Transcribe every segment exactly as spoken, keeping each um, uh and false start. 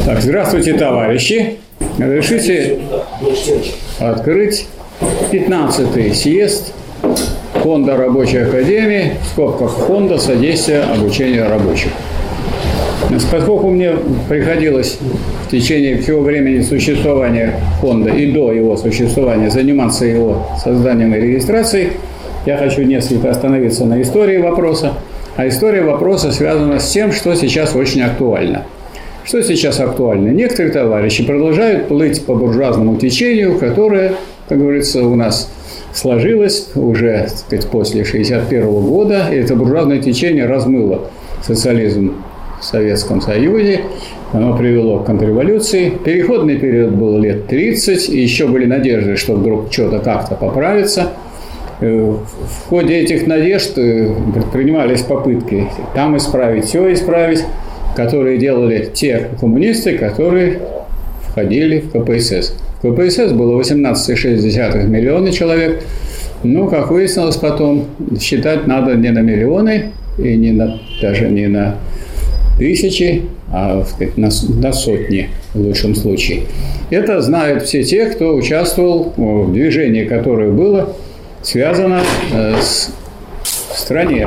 Так, здравствуйте, товарищи. Разрешите открыть пятнадцатый съезд Фонда Рабочей Академии, в скобках Фонда содействия обучению рабочих. Поскольку мне приходилось в течение всего времени существования фонда и до его существования заниматься его созданием и регистрацией, я хочу несколько остановиться на истории вопроса. А история вопроса связана с тем, что сейчас очень актуально. Что сейчас актуально? Некоторые товарищи продолжают плыть по буржуазному течению, которое, как говорится, у нас сложилось уже, так сказать, после шестьдесят первого года. И это буржуазное течение размыло социализм в Советском Союзе. Оно привело к контрреволюции. Переходный период был лет тридцать. И еще были надежды, что вдруг что-то как-то поправится. В ходе этих надежд предпринимались попытки там исправить, все исправить, которые делали те коммунисты, которые входили в ка пэ эс эс. В ка пэ эс эс было восемнадцать целых шесть десятых миллиона человек. Но, как выяснилось потом, считать надо не на миллионы и не на, даже не на тысячи, а, так сказать, на, на сотни в лучшем случае. Это знают все те, кто участвовал в движении, которое было связано э, с в стране.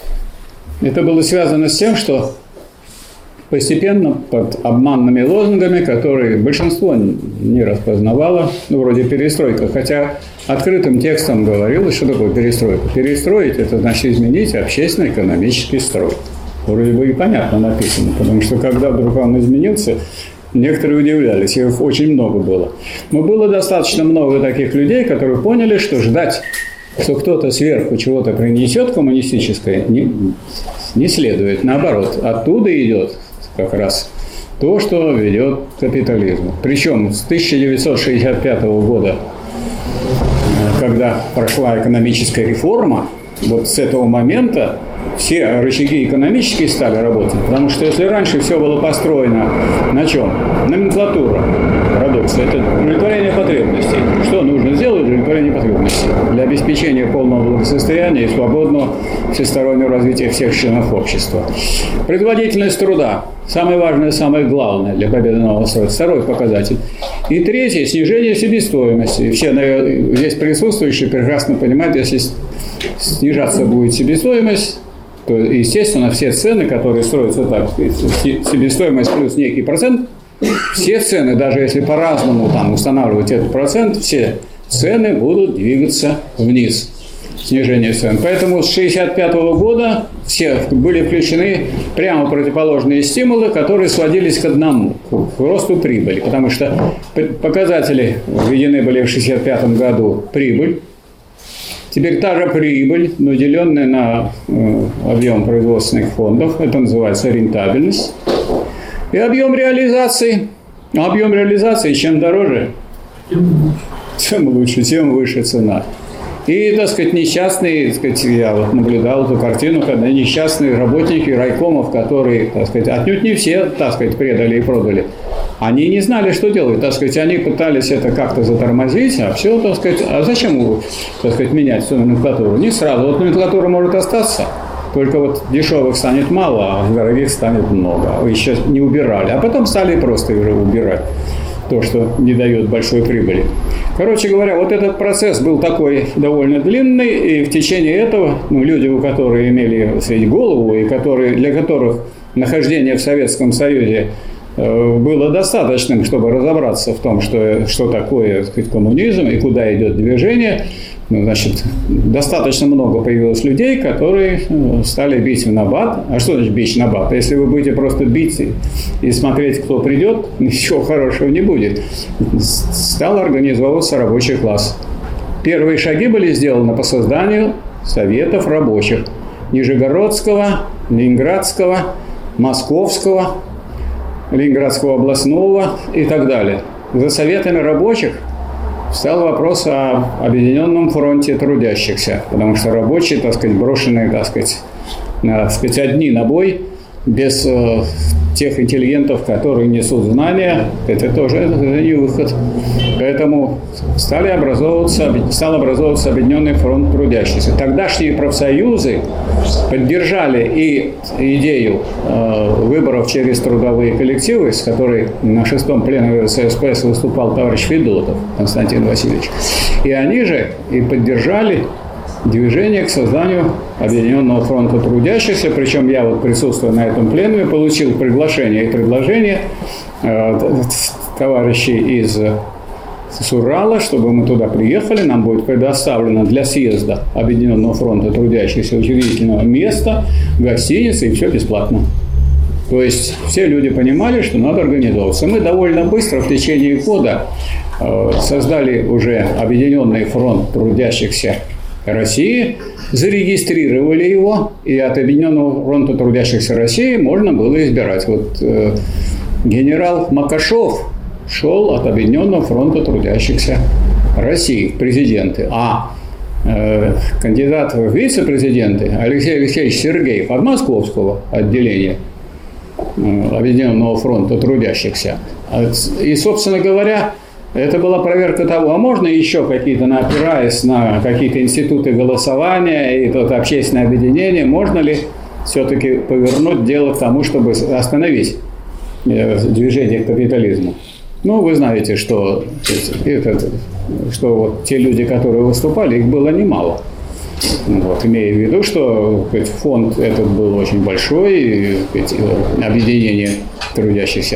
Это было связано с тем, что постепенно под обманными лозунгами, которые большинство не распознавало, ну, вроде перестройка, хотя открытым текстом говорилось, что такое перестройка. Перестроить – это значит изменить общественно-экономический строй. Вроде бы и понятно написано, потому что когда вдруг он изменился, некоторые удивлялись, их очень много было. Но было достаточно много таких людей, которые поняли, что ждать, что кто-то сверху чего-то принесет коммунистическое, не, не следует. Наоборот, оттуда идет как раз то, что ведет к капитализму. Причем с тысяча девятьсот шестьдесят пятого года, когда прошла экономическая реформа, вот с этого момента все рычаги экономические стали работать, потому что если раньше все было построено на чем? Номенклатура продукции. Это удовлетворение потребностей. Что нужно сделать для удовлетворения потребностей? Для обеспечения полного благосостояния и свободного всестороннего развития всех членов общества. Производительность труда. Самое важное, самое главное для победы нового строя. Второй показатель. И третий – снижение себестоимости. Все здесь присутствующие прекрасно понимают, если снижаться будет себестоимость, то, естественно, все цены, которые строятся так, себестоимость плюс некий процент, все цены, даже если по-разному там устанавливать этот процент, все цены будут двигаться вниз. Снижение цен. Поэтому с шестьдесят пятого года все были включены прямо противоположные стимулы, которые сводились к одному – к росту прибыли. Потому что показатели введены были в шестьдесят пятом году прибыль. Теперь та же прибыль, но деленная на э, объем производственных фондов, это называется рентабельность. И объем реализации. Объем реализации, чем дороже, тем лучше, тем выше цена. И, так сказать, несчастные, так сказать, я вот наблюдал эту картину, когда несчастные работники райкомов, которые, так сказать, отнюдь не все, так сказать, предали и продали, они не знали, что делать, так сказать, они пытались это как-то затормозить, а все, так сказать, а зачем, так сказать, менять всю номенклатуру? Не сразу, вот номенклатура может остаться, только вот дешевых станет мало, а дорогих станет много, вы еще не убирали, а потом стали просто уже убирать то, что не дает большой прибыли. Короче говоря, вот этот процесс был такой довольно длинный, и в течение этого ну, люди, у которых имели сказать, голову, и которые, для которых нахождение в Советском Союзе э, было достаточным, чтобы разобраться в том, что, что такое так сказать, коммунизм и куда идет движение, ну, значит, достаточно много появилось людей, которые стали бить в набат. А что значит бить в набат? Если вы будете просто бить и смотреть, кто придет, ничего хорошего не будет. Стал организовываться рабочий класс. Первые шаги были сделаны по созданию советов рабочих. Нижегородского, Ленинградского, Московского, Ленинградского областного и так далее. За советами рабочих встал вопрос о объединенном фронте трудящихся, потому что рабочие, так сказать, брошенные, так сказать, на, так сказать, одни на бой, без э, тех интеллигентов, которые несут знания, это тоже это не выход. Поэтому стали образовываться, стал образовываться Объединенный фронт трудящихся. Тогдашние профсоюзы поддержали и идею э, выборов через трудовые коллективы, с которой на шестом пленуме ВССПС выступал товарищ Федотов Константин Васильевич. И они же и поддержали движение к созданию Объединенного фронта трудящихся. Причем я, вот присутствуя на этом пленуме, получил приглашение и предложение э, товарищей из с Урала, чтобы мы туда приехали, нам будет предоставлено для съезда Объединенного фронта трудящихся учредительного места, гостиницы и все бесплатно. То есть все люди понимали, что надо организовываться. Мы довольно быстро, в течение года, создали уже Объединенный фронт трудящихся России, зарегистрировали его, и от Объединенного фронта трудящихся России можно было избирать. Вот э, генерал Макашов шел от Объединенного фронта трудящихся России в президенты, а э, кандидат в вице-президенты Алексей Алексеевич Сергеев от московского отделения э, Объединенного фронта трудящихся. И, собственно говоря, это была проверка того, а можно еще какие-то, опираясь на какие-то институты голосования и тот общественное объединение, можно ли все-таки повернуть дело к тому, чтобы остановить э, движение к капитализму. Ну, вы знаете, что, это, что вот те люди, которые выступали, их было немало. Вот, имея в виду, что сказать, фонд этот был очень большой, и сказать, объединение трудящихся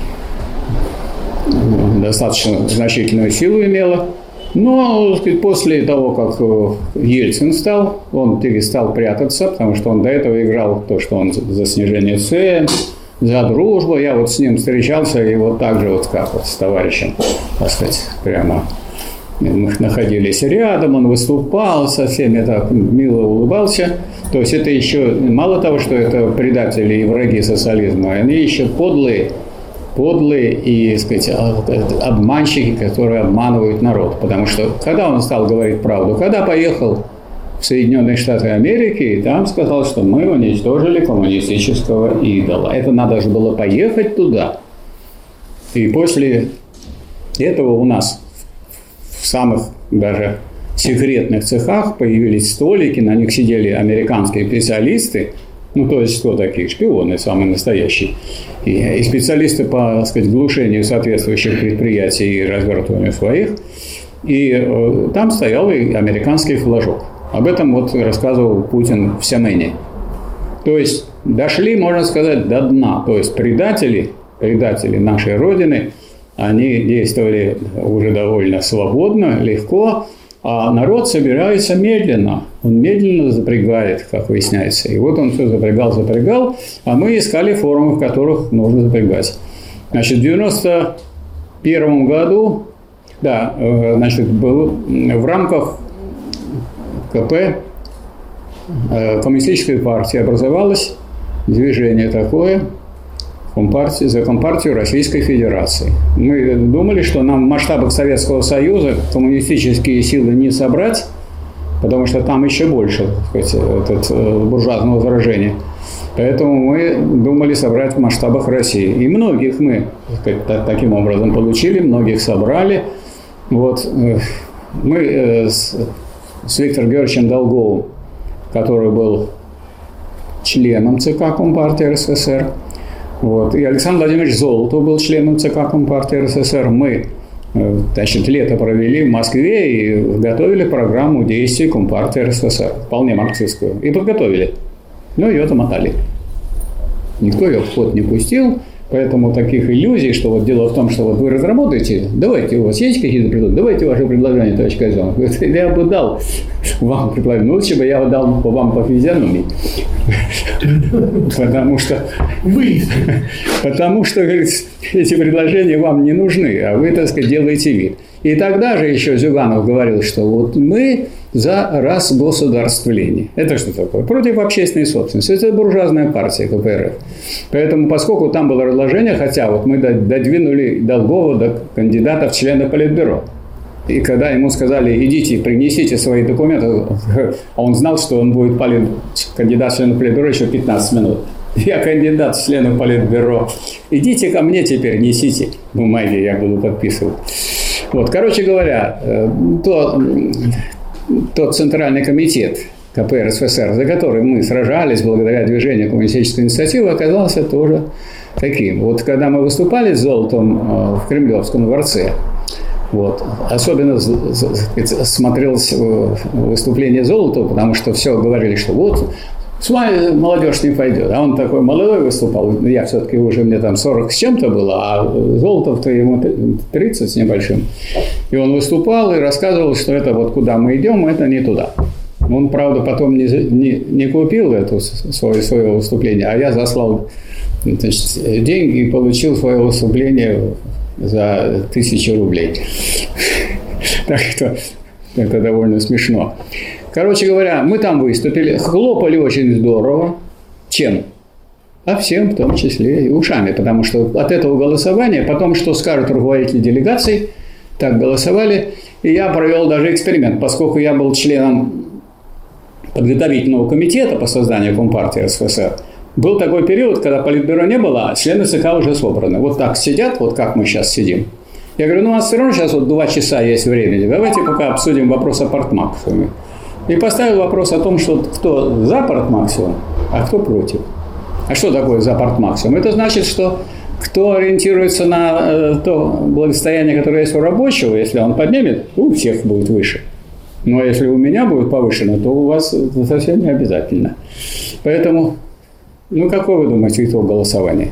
достаточно значительную силу имело. Но сказать, после того, как Ельцин стал, он перестал прятаться, потому что он до этого играл то, что он за снижение цен, за дружбу. Я вот с ним встречался, и вот так же, вот как вот с товарищем, так сказать, прямо мы находились рядом, он выступал со всеми, так мило улыбался. То есть это еще мало того, что это предатели и враги социализма, они еще подлые, подлые и, так сказать, обманщики, которые обманывают народ. Потому что когда он стал говорить правду, когда поехал в Соединенные Штаты Америки, и там сказал, что мы уничтожили коммунистического идола. Это надо же было поехать туда. И после этого у нас в самых даже секретных цехах появились столики, на них сидели американские специалисты, ну, то есть кто такие? Шпионы самые настоящие. И, и специалисты по, так сказать, глушению соответствующих предприятий и развертыванию своих. И э, там стоял и американский флажок. Об этом вот рассказывал Путин в Сямэне. То есть дошли, можно сказать, до дна. То есть предатели, предатели нашей Родины, они действовали уже довольно свободно, легко, а народ собирается медленно. Он медленно запрягает, как выясняется. И вот он все запрягал, запрягал, а мы искали форумы, в которых нужно запрягать. Значит, в девяносто первом году, да, значит, был в рамках КП, коммунистическая партия, образовалось движение такое, компартия, за Компартию Российской Федерации. Мы думали, что нам в масштабах Советского Союза коммунистические силы не собрать, потому что там еще больше, так сказать, этот, буржуазного выражения. Поэтому мы думали собрать в масштабах России. И многих мы, так сказать, таким образом получили, многих собрали. Вот. Мы с с Виктором Георгиевичем Долговым, который был членом ЦК Компартии РСФСР, вот, и Александр Владимирович Золотов был членом ЦК Компартии РСФСР. Мы, значит, лето провели в Москве и готовили программу действий Компартии РСФСР, вполне марксистскую, и подготовили. Но ее замотали. Никто ее в ход не пустил. Поэтому таких иллюзий, что вот дело в том, что вот вы разработаете, давайте, у вас есть какие-то предложения, давайте ваше предложение, товарищ Казенов. Я бы дал вам предложение, но лучше бы я дал вам по физиономии. Потому что, вы, потому что, говорит, эти предложения вам не нужны, а вы, так сказать, делаете вид. И тогда же еще Зюганов говорил, что вот мы за расгосударствление. Это что такое? Против общественной собственности. Это буржуазная партия КПРФ. Поэтому, поскольку там было разложение, хотя вот мы додвинули Долгова до кандидата в члены Политбюро. И когда ему сказали, идите, принесите свои документы, а он знал, что он будет кандидат в члены Политбюро еще пятнадцать минут. Я кандидат в члены Политбюро. Идите ко мне теперь, несите бумаги, я буду подписывать. Вот, короче говоря, то, тот Центральный комитет ка пэ эр эс эф эс эр, за который мы сражались благодаря движению коммунистической инициативы, оказался тоже таким. Вот когда мы выступали с золотом в Кремлевском дворце, вот, особенно смотрелось выступление Золотова, потому что все говорили, что вот с вами молодежь не пойдет. А он такой молодой выступал, я все-таки уже, мне там сорок с чем-то было, а Золотов-то ему тридцать с небольшим. И он выступал и рассказывал, что это вот куда мы идем, это не туда. Он, правда, потом не, не, не купил это свое, свое выступление, а я заслал, значит, деньги и получил свое выступление за тысячу рублей. Так что это довольно смешно. Короче говоря, мы там выступили, хлопали очень здорово. Чем? А всем, в том числе и ушами. Потому что от этого голосования, потом, что скажут руководители делегаций, так голосовали. И я провел даже эксперимент, поскольку я был членом подготовительного комитета по созданию Компартии эр эс эф эс эр. Был такой период, когда политбюро не было, а члены ЦК уже собраны. Вот так сидят, вот как мы сейчас сидим. Я говорю, ну у нас все равно сейчас вот два часа есть времени. Давайте пока обсудим вопрос о партмаксимуме. И поставил вопрос о том, что кто за партмаксимум, а кто против. А что такое за партмаксимум? Это значит, что кто ориентируется на то благосостояние, которое есть у рабочего, если он поднимет, у всех будет выше. Но если у меня будет повышено, то у вас совсем не обязательно. Поэтому, ну какой вы думаете итог голосования?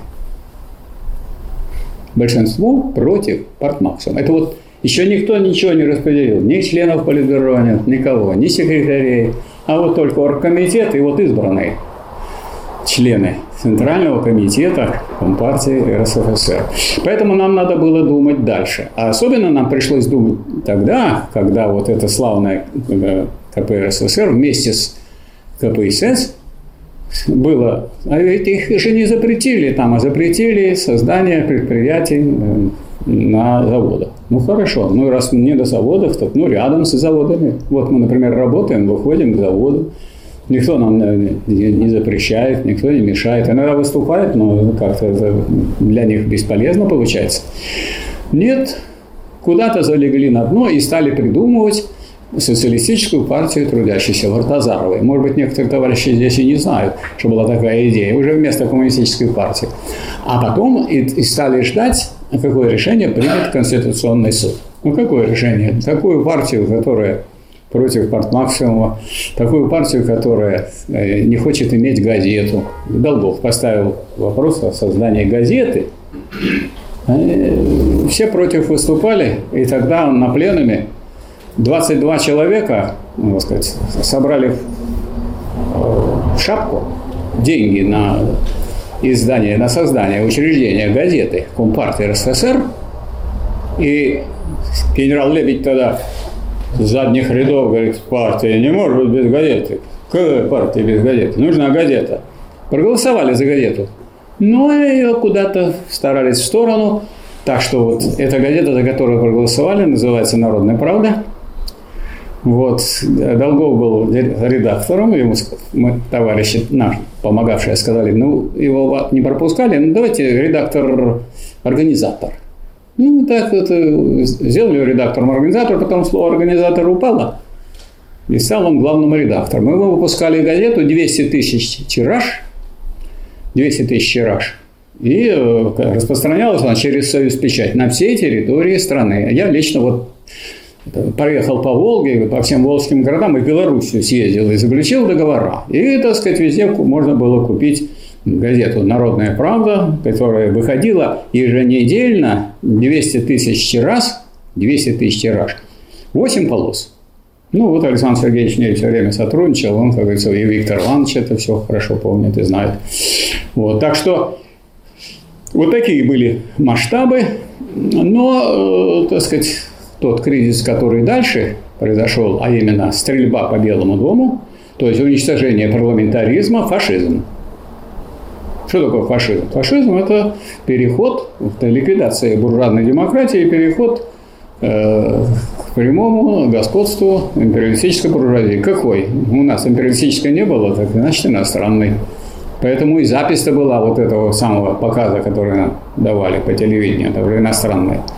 Большинство против партмаксимума. Это вот еще никто ничего не распределил. Ни членов политбюро, никого, ни секретарей. А вот только оргкомитет и вот избранные члены Центрального комитета Компартии эр эс эф эс эр. Поэтому нам надо было думать дальше. А особенно нам пришлось думать тогда, когда вот это славное ка пэ эр эс эф эс эр вместе с ка пэ эс эс было, а ведь их же не запретили там, а запретили создание предприятий на заводах. Ну хорошо, ну раз не до заводов, то ну рядом с заводами. Вот мы, например, работаем, выходим к заводу. Никто нам не запрещает, никто не мешает. Иногда выступает, но как-то это для них бесполезно получается. Нет, куда-то залегли на дно и стали придумывать социалистическую партию трудящихся Вартазаровой. Может быть, некоторые товарищи здесь и не знают, что была такая идея, уже вместо коммунистической партии. А потом и, и стали ждать, какое решение примет Конституционный суд. Ну, какое решение? Такую партию, которая против партмаксимума, такую партию, которая не хочет иметь газету. Долгов поставил вопрос о создании газеты. Все против выступали, и тогда на пленуме двадцать два человека, ну, так сказать, собрали в шапку деньги на издание, на создание учреждения газеты Компартии эр эс эф эс эр. И генерал Лебедь тогда с задних рядов говорит, партия не может быть без газеты. Какая партия без газеты? Нужна газета. Проголосовали за газету. Но ее куда-то старались в сторону. Так что вот эта газета, за которую проголосовали, называется «Народная правда». Вот. Долгов был редактором, ему мы, товарищи наши, помогавшие, сказали, ну, его не пропускали, ну, давайте редактор-организатор. Ну, так вот, сделали редактором-организатором, потом слово «организатор» упало, и стал он главным редактором. Мы выпускали газету, двести тысяч тираж, двести тысяч тираж, и распространялась она через «Союзпечать» на всей территории страны. Я лично вот проехал по Волге, по всем волжским городам и в Белоруссию съездил и заключил договора. И, так сказать, везде можно было купить газету «Народная правда», которая выходила еженедельно, двести тысяч тираж, двести тысяч тираж, восемь полос. Ну, вот Александр Сергеевич с ней все время сотрудничал, он, как говорится, и Виктор Иванович это все хорошо помнит и знает. Вот, так что вот такие были масштабы, но, так сказать, тот кризис, который дальше произошел, а именно стрельба по Белому дому, то есть уничтожение парламентаризма, фашизм. Что такое фашизм? Фашизм – это переход, это ликвидация буржуазной демократии, переход э, к прямому господству империалистической буржуазии. Какой? У нас империалистической не было, так значит иностранной. Поэтому и запись-то была вот этого самого показа, который нам давали по телевидению, это уже иностранная.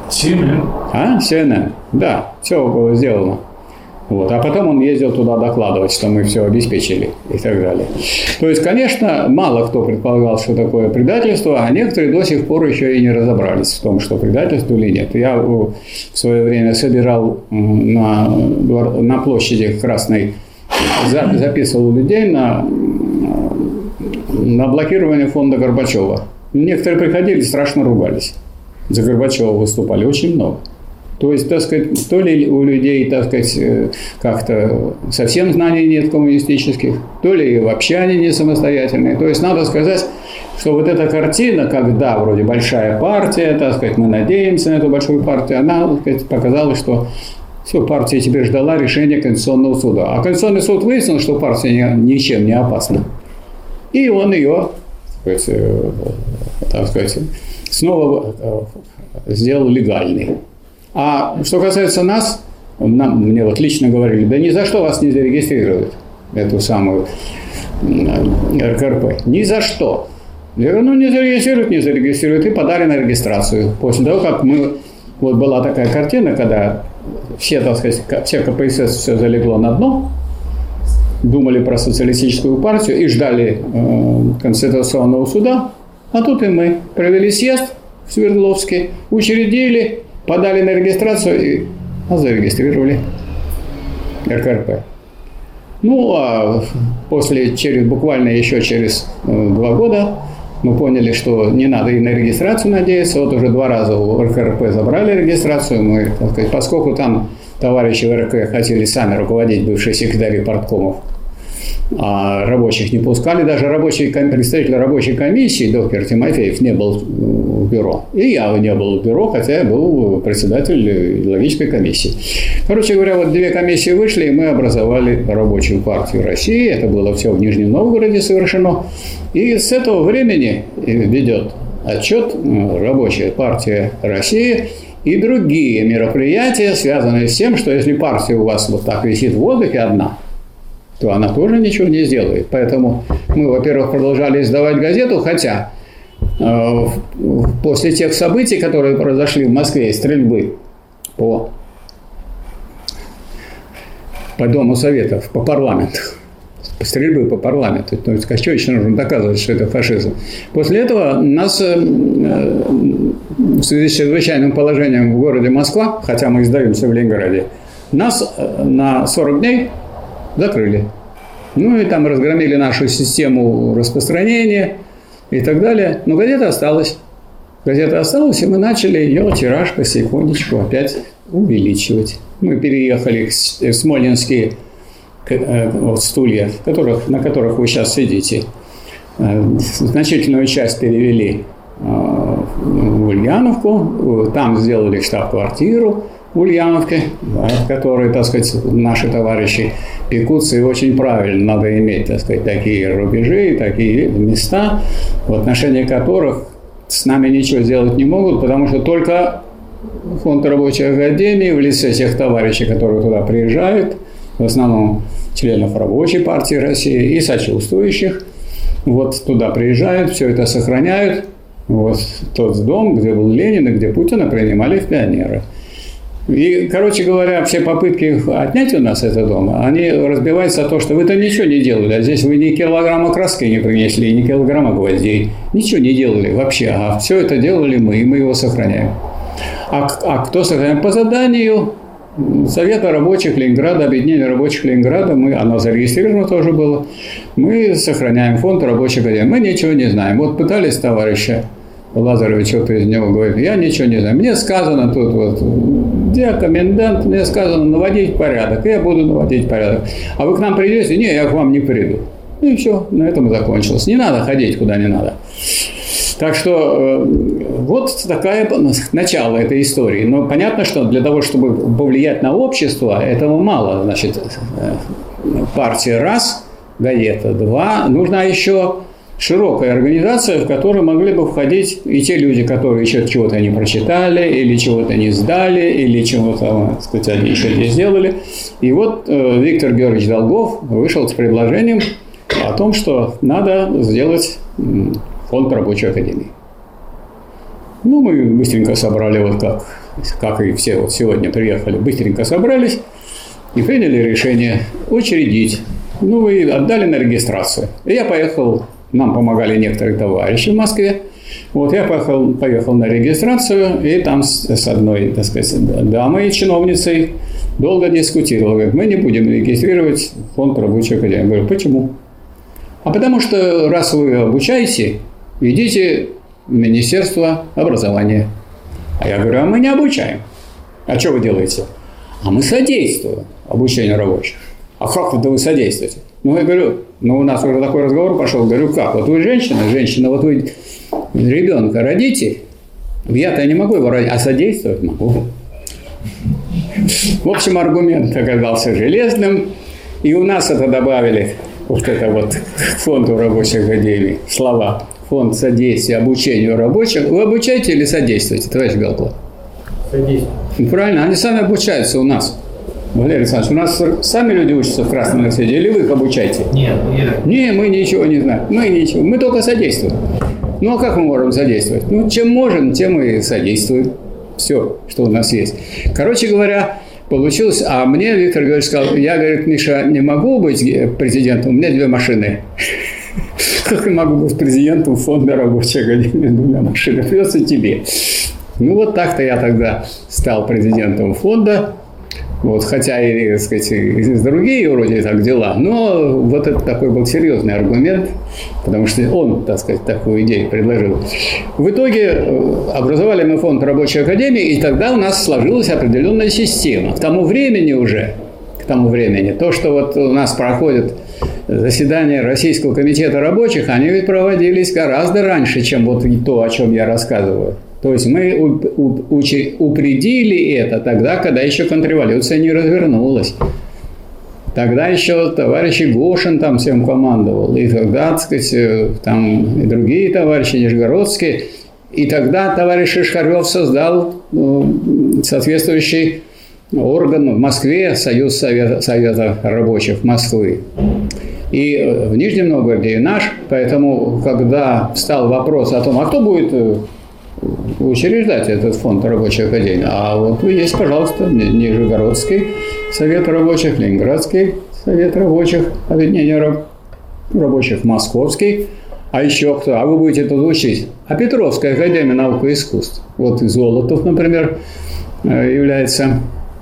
си эн эн. А? си эн эн. Да, все было сделано. Вот. А потом он ездил туда докладывать, что мы все обеспечили и так далее. То есть, конечно, мало кто предполагал, что такое предательство, а некоторые до сих пор еще и не разобрались в том, что предательство или нет. Я в свое время собирал на, на площади Красной, записывал людей на, на блокирование фонда Горбачева. Некоторые приходили и страшно ругались. За Горбачева выступали очень много. То есть, так сказать, то ли у людей, так сказать, как-то совсем знаний нет коммунистических, то ли вообще они не самостоятельные. То есть, надо сказать, что вот эта картина, когда вроде большая партия, так сказать, мы надеемся на эту большую партию, она, так сказать, показала, что все, партия теперь ждала решения Конституционного суда. А Конституционный суд выяснил, что партия ничем не опасна. И он ее, так сказать, так сказать, снова сделал легальной. А что касается нас, нам, мне вот лично говорили, да ни за что вас не зарегистрируют, эту самую эр ка эр пэ. Ни за что. Я говорю, ну не зарегистрируют, не зарегистрируют, и подали на регистрацию. После того, как мы, вот была такая картина, когда все, так сказать, все ка пэ эс эс все залегло на дно, думали про социалистическую партию и ждали э, Конституционного суда, а тут и мы провели съезд в Свердловске, учредили, подали на регистрацию и а зарегистрировали эр ка эр пэ. Ну, а после, через, буквально еще через э, два года мы поняли, что не надо и на регистрацию надеяться. Вот уже два раза у эр ка эр пэ забрали регистрацию. Мы, так сказать, поскольку там товарищи в эр ка хотели сами руководить, бывшие секретари парткомов, а рабочих не пускали. Даже рабочий, представитель рабочей комиссии, доктор Тимофеев, не был в бюро. И я не был в бюро, хотя я был председатель идеологической комиссии. Короче говоря, вот две комиссии вышли, и мы образовали Рабочую партию России. Это было все в Нижнем Новгороде совершено. И с этого времени ведет отчет Рабочая партия России и другие мероприятия, связанные с тем, что если партия у вас вот так висит в воздухе одна, то она тоже ничего не сделает. Поэтому мы, во-первых, продолжали издавать газету, хотя э, после тех событий, которые произошли в Москве, стрельбы по, по Дому Советов, по парламенту, стрельбы по парламенту, то есть что еще нужно доказывать, что это фашизм. После этого нас э, в связи с чрезвычайным положением в городе Москва, хотя мы издаемся в Ленинграде, нас на сорок дней закрыли. Ну и там разгромили нашу систему распространения и так далее. Но газета осталась. Газета осталась, и мы начали ее тираж потихонечку опять увеличивать. Мы переехали в Смольнинские вот, стулья, которых, на которых вы сейчас сидите. Значительную часть перевели в Ульяновку. Там сделали штаб-квартиру в Ульяновке, да, в которой, так сказать, наши товарищи пекутся, и очень правильно надо иметь, так сказать, такие рубежи, такие места, в отношении которых с нами ничего сделать не могут, потому что только фонд рабочей академии в лице тех товарищей, которые туда приезжают, в основном членов Рабочей партии России и сочувствующих, вот туда приезжают, все это сохраняют. Вот тот дом, где был Ленин и где Путина принимали в пионеры. И, короче говоря, все попытки отнять у нас этот дом, они разбиваются о том, что вы-то ничего не делали, а здесь вы ни килограмма краски не принесли, ни килограмма гвоздей, ничего не делали вообще, а все это делали мы, и мы его сохраняем. А, а кто сохраняем? По заданию Совета рабочих Ленинграда, Объединения рабочих Ленинграда, мы, оно зарегистрировано тоже было, мы сохраняем фонд рабочей академии, мы ничего не знаем. Вот пытались товарища Лазаревич, что-то из него говорит, я ничего не знаю. Мне сказано тут вот, я комендант, мне сказано наводить порядок, и я буду наводить порядок. А вы к нам придете? Не, я к вам не приду. И все, на этом и закончилось. Не надо ходить куда не надо. Так что э, вот такое начало этой истории. Но понятно, что для того, чтобы повлиять на общество, этого мало. Значит, э, партия раз, газета два, нужна еще широкая организация, в которую могли бы входить и те люди, которые еще чего-то не прочитали, или чего-то не сдали, или чего-то, так сказать, они еще не сделали. И вот э, Виктор Георгиевич Долгов вышел с предложением о том, что надо сделать фонд рабочей академии. Ну, мы быстренько собрали, вот как, как и все вот сегодня приехали, быстренько собрались и приняли решение учредить. Ну, и отдали на регистрацию. И я поехал, нам помогали некоторые товарищи в Москве. Вот я поехал, поехал на регистрацию, и там с, с одной, так сказать, дамой, чиновницей, долго дискутировал. Говорит, мы не будем регистрировать фонд рабочей академии. Я говорю, почему? А потому что, раз вы обучаете, идите в Министерство образования. А я говорю, а мы не обучаем. А что вы делаете? А мы содействуем обучению рабочих. А как это вы содействуете? Ну, я говорю, ну, у нас уже такой разговор пошел. Говорю, как? Вот вы женщина, женщина, вот вы ребенка родите. Я-то не могу его родить, а содействовать могу. В общем, аргумент оказался железным. И у нас это добавили, вот это вот к фонду рабочей академии, слова. Фонд содействия обучению рабочих. Вы обучаете или содействуете, товарищ Галков? Содействуете. Ну, правильно, они сами обучаются у нас. Валерий Александрович, у нас сами люди учатся в Красном университете, или вы их обучаете? Нет, нет. Не, мы ничего не знаем. Мы ничего. Мы только содействуем. Ну, а как мы можем содействовать? Ну, чем можем, тем и содействуем. Все, что у нас есть. Короче говоря, получилось... А мне Виктор Георгиевич сказал, я, говорит, Миша, не могу быть президентом, у меня две машины. Как я могу быть президентом фонда рабочей академии с двумя машинами? Придется тебе. Ну, вот так-то я тогда стал президентом фонда. Вот, хотя и, так сказать, и другие вроде так дела, но вот это такой был серьезный аргумент, потому что он, так сказать, такую идею предложил. В итоге образовали мы фонд рабочей академии, и тогда у нас сложилась определенная система. К тому времени уже, к тому времени, то, что вот у нас проходит заседания Российского комитета рабочих, они ведь проводились гораздо раньше, чем вот то, о чем я рассказываю. То есть мы упредили это тогда, когда еще контрреволюция не развернулась. Тогда еще товарищ Гошин там всем командовал. И тогда, так сказать, там и другие товарищи, Нижегородские. И тогда товарищ Шишкарев создал соответствующий орган в Москве, Союз Совета, Совета рабочих Москвы. И в Нижнем Новгороде и наш. Поэтому, когда встал вопрос о том, а кто будет учреждать этот фонд рабочей академии, а вот вы есть, пожалуйста, Нижегородский совет рабочих, Ленинградский совет рабочих, объединение раб, рабочих, Московский, а еще кто? А вы будете тут учить? А Петровская академия наук и искусств. Вот Золотов, например, является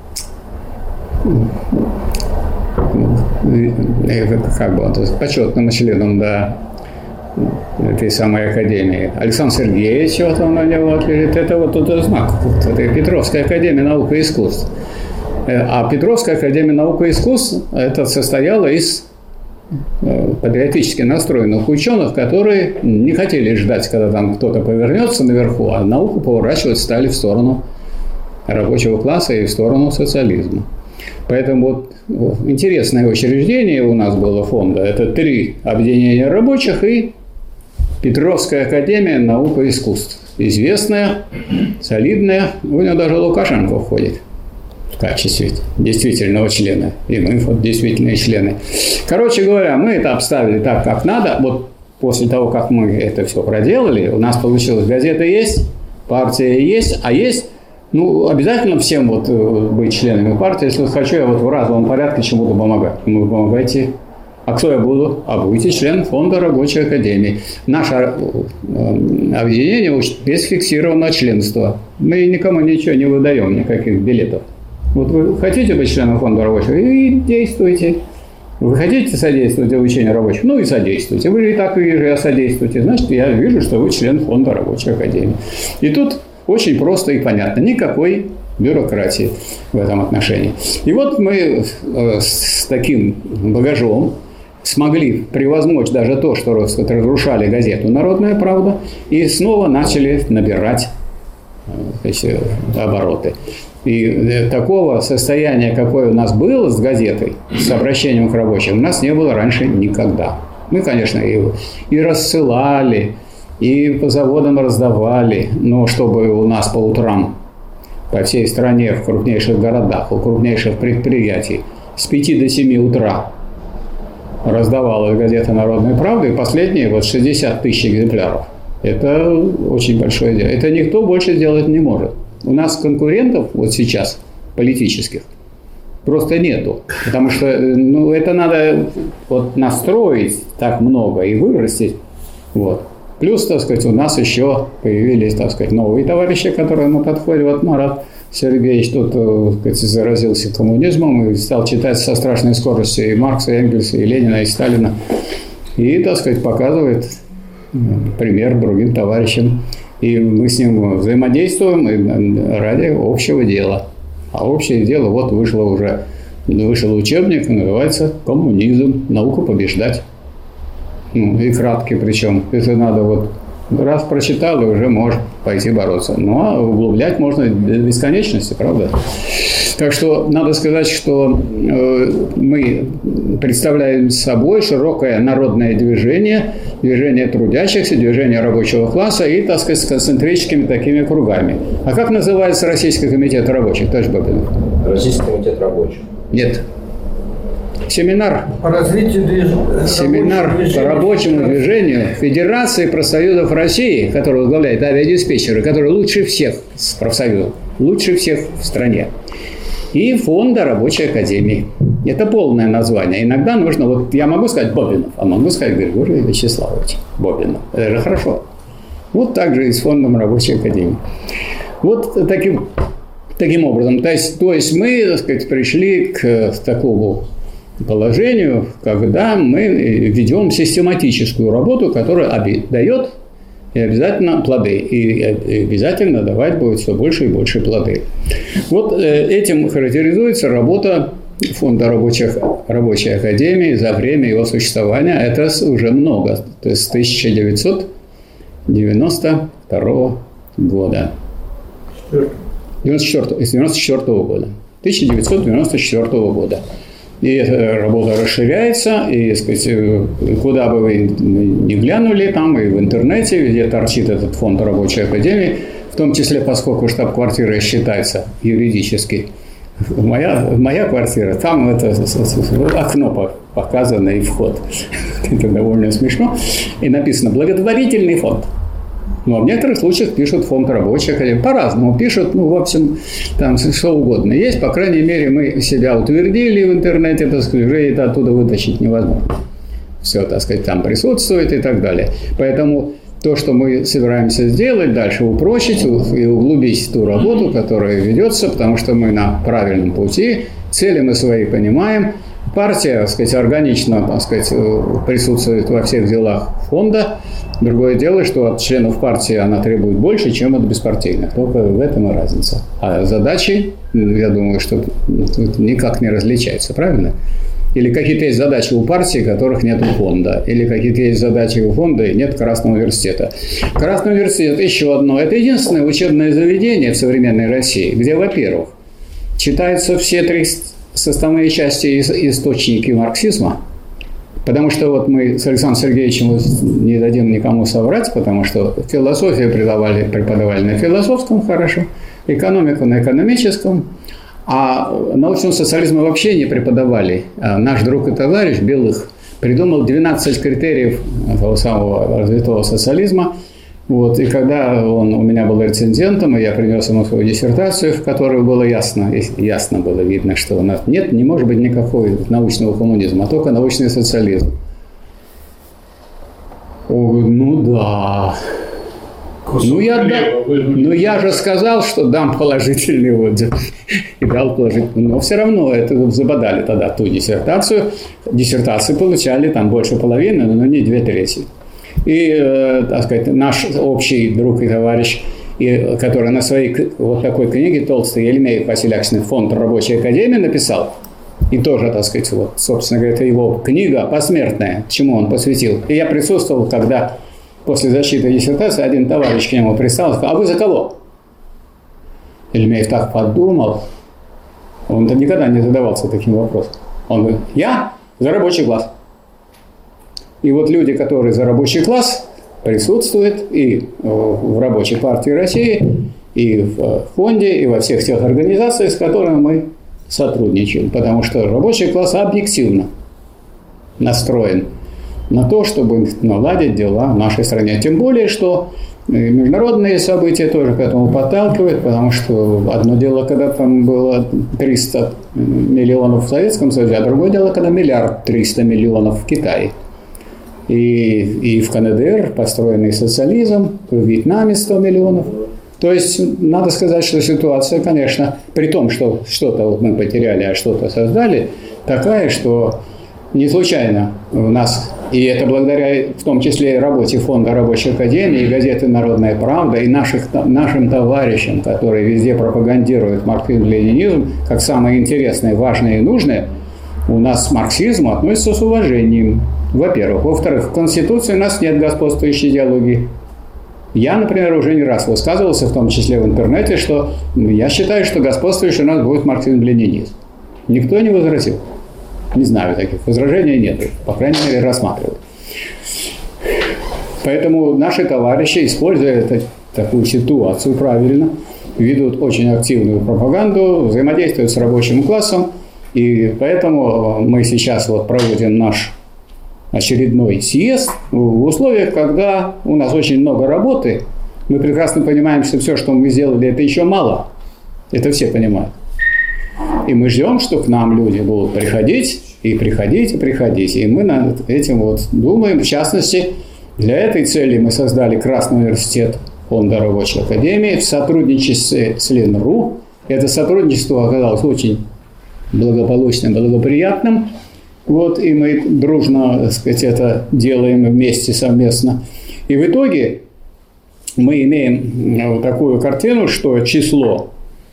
как бы он, почетным членом, да, этой самой академии. Александр Сергеевич, вот он на него лежит. Это вот тут знак. Вот, это Петровская академия наук и искусств. А Петровская академия наук и искусств это состояла из патриотически настроенных ученых, которые не хотели ждать, когда там кто-то повернется наверху, а науку поворачивать стали в сторону рабочего класса и в сторону социализма. Поэтому вот, вот интересное учреждение у нас было фонда. Это три объединения рабочих и Петровская академия наук и искусств. Известная, солидная. У нее даже Лукашенко входит в качестве действительного члена. И мы вот действительные члены. Короче говоря, мы это обставили так, как надо. Вот после того, как мы это все проделали, у нас получилось: газета есть, партия есть, а есть... Ну, обязательно всем вот быть членами партии. Если хочу, я вот в разовом порядке чему-то помогать. Ну, помогайте. А кто я буду? А будете член фонда рабочей академии. Наше объединение без фиксированного членства. Мы никому ничего не выдаем, никаких билетов. Вот вы хотите быть членом фонда рабочего, и действуйте. Вы хотите содействовать обучению рабочих? Ну и содействуйте. Вы и так и содействуете. Значит, я вижу, что вы член фонда рабочей академии. И тут очень просто и понятно. Никакой бюрократии в этом отношении. И вот мы с таким багажом смогли превозмочь даже то, что разрушали газету «Народная правда», и снова начали набирать эти обороты. И такого состояния, какое у нас было с газетой, с обращением к рабочим, у нас не было раньше никогда. Мы, конечно, и, и рассылали, и по заводам раздавали, но чтобы у нас по утрам по всей стране, в крупнейших городах, у крупнейших предприятий с пяти до семи утра раздавалась газета «Народная правда», и последние вот шестьдесят тысяч экземпляров Это очень большое дело. Это никто больше сделать не может. У нас конкурентов вот сейчас политических просто нету. Потому что ну, это надо вот настроить так много и вырастить. Вот. Плюс, так сказать, у нас еще появились, так сказать, новые товарищи, которые на подходе. Вот Марат Сергеевич тут, так сказать, заразился коммунизмом и стал читать со страшной скоростью и Маркса, и Энгельса, и Ленина, и Сталина. И, так сказать, показывает пример другим товарищам. И мы с ним взаимодействуем ради общего дела. А общее дело вот вышло уже, вышел учебник, называется «Коммунизм. Наука побеждать». Ну, и краткий причем. Это надо вот раз прочитал, и уже можешь пойти бороться. Ну, а углублять можно до бесконечности, правда? Так что надо сказать, что э, мы представляем собой широкое народное движение, движение трудящихся, движение рабочего класса и, так сказать, с концентрическими такими кругами. А как называется Российский комитет рабочих, товарищ Бабинов? Российский комитет рабочих. Нет. Семинар. По развитию движения. Семинар по рабочему движению Федерации профсоюзов России, который возглавляет авиадиспетчеры, который лучше всех с профсоюзов, лучше всех в стране. И Фонда рабочей академии. Это полное название. Иногда нужно, вот я могу сказать Бобинов, а могу сказать Григорий Вячеславович Бобинов. Это же хорошо. Вот так же и с Фондом рабочей академии. Вот таким, таким образом. То есть, то есть мы, так сказать, пришли к такому положению, когда мы ведем систематическую работу, которая дает и обязательно плоды. И обязательно давать будет все больше и больше плоды. Вот этим характеризуется работа Фонда рабочих, рабочей академии за время его существования. Это уже много. То есть с тысяча девятьсот девяносто второго года. девяносто четвёртого, с девяносто четвёртого года. тысяча девятьсот девяносто четвёртого года. И эта работа расширяется, и, так сказать, куда бы вы ни глянули, там и в интернете, везде торчит этот фонд рабочей академии, в том числе, поскольку штаб-квартира считается юридически. Моя, моя квартира, там это окно показано и вход. Это довольно смешно. И написано «Благотворительный фонд». Ну, а в некоторых случаях пишут фонд рабочей академии. По-разному пишут, ну, в общем, там что угодно есть. По крайней мере, мы себя утвердили в интернете, так сказать, уже это оттуда вытащить невозможно. Все, так сказать, там присутствует и так далее. Поэтому то, что мы собираемся сделать дальше, упрочить и углубить ту работу, которая ведется, потому что мы на правильном пути, цели мы свои понимаем. Партия, так сказать, органично, так сказать, присутствует во всех делах фонда. Другое дело, что от членов партии она требует больше, чем от беспартийных. Только в этом и разница. А задачи, я думаю, что никак не различаются, правильно? Или какие-то есть задачи у партии, которых нет у фонда. Или какие-то есть задачи у фонда и нет Красного университета. Красный университет, еще одно, это единственное учебное заведение в современной России, где, во-первых, читаются все три составные части и источники марксизма. Потому что вот мы с Александром Сергеевичем не дадим никому соврать, потому что философию преподавали, преподавали на философском хорошо, экономику на экономическом, а научного социализма вообще не преподавали. А наш друг и товарищ Белых придумал двенадцать критериев того самого развитого социализма. Вот, и когда он у меня был рецензентом, и я принес ему свою диссертацию, в которой было ясно, ясно было видно, что у нас нет, не может быть никакого научного коммунизма, а только научный социализм. Он говорит, ну да. Ну я, да, ну я же сказал, что дам положительный отзыв. И дал положительный. Но все равно это забодали тогда ту диссертацию. Диссертации получали там больше половины, но не две трети. И, э, так сказать, наш общий друг и товарищ, и, который на своей вот такой книге толстой Елемеев Василий Аксенов фонд рабочей академии написал, и тоже, так сказать, вот, собственно говоря, это его книга посмертная, чему он посвятил. И я присутствовал, когда после защиты диссертации один товарищ к нему пристал и сказал, а вы за кого? Елемеев так подумал, он никогда не задавался таким вопросом. Он говорит, я за рабочий класс. И вот люди, которые за рабочий класс, присутствуют и в Рабочей партии России, и в фонде, и во всех тех организациях, с которыми мы сотрудничаем. Потому что рабочий класс объективно настроен на то, чтобы наладить дела в нашей стране. Тем более, что международные события тоже к этому подталкивают, потому что одно дело, когда там было триста миллионов в Советском Союзе, а другое дело, когда миллиард триста миллионов в Китае. И, и в ка эн дэ эр построенный социализм, в Вьетнаме сто миллионов. То есть, надо сказать, что ситуация, конечно, при том, что что-то вот мы потеряли, а что-то создали, такая, что не случайно у нас, и это благодаря в том числе и работе Фонда Рабочей Академии, и газеты «Народная правда», и наших, нашим товарищам, которые везде пропагандируют марксизм-ленинизм как самое интересное, важное и нужное, у нас к марксизму относятся с уважением, во-первых. Во-вторых, в Конституции у нас нет господствующей идеологии. Я, например, уже не раз высказывался, в том числе в интернете, что я считаю, что господствующий у нас будет марксизм-ленинизм. Никто не возразил. Не знаю, таких возражений нет. По крайней мере, рассматривают. Поэтому наши товарищи, используя это, такую ситуацию правильно, ведут очень активную пропаганду, взаимодействуют с рабочим классом. И поэтому мы сейчас вот проводим наш очередной съезд в условиях, когда у нас очень много работы. Мы прекрасно понимаем, что все, что мы сделали, это еще мало. Это все понимают. И мы ждем, что к нам люди будут приходить, и приходить, и приходить. И мы над этим вот думаем. В частности, для этой цели мы создали Красный университет Фонда Рабочей Академии в сотрудничестве с Ленру. Это сотрудничество оказалось очень благополучным, благоприятным. Вот, и мы дружно, так сказать, это делаем вместе, совместно. И в итоге мы имеем вот такую картину, что число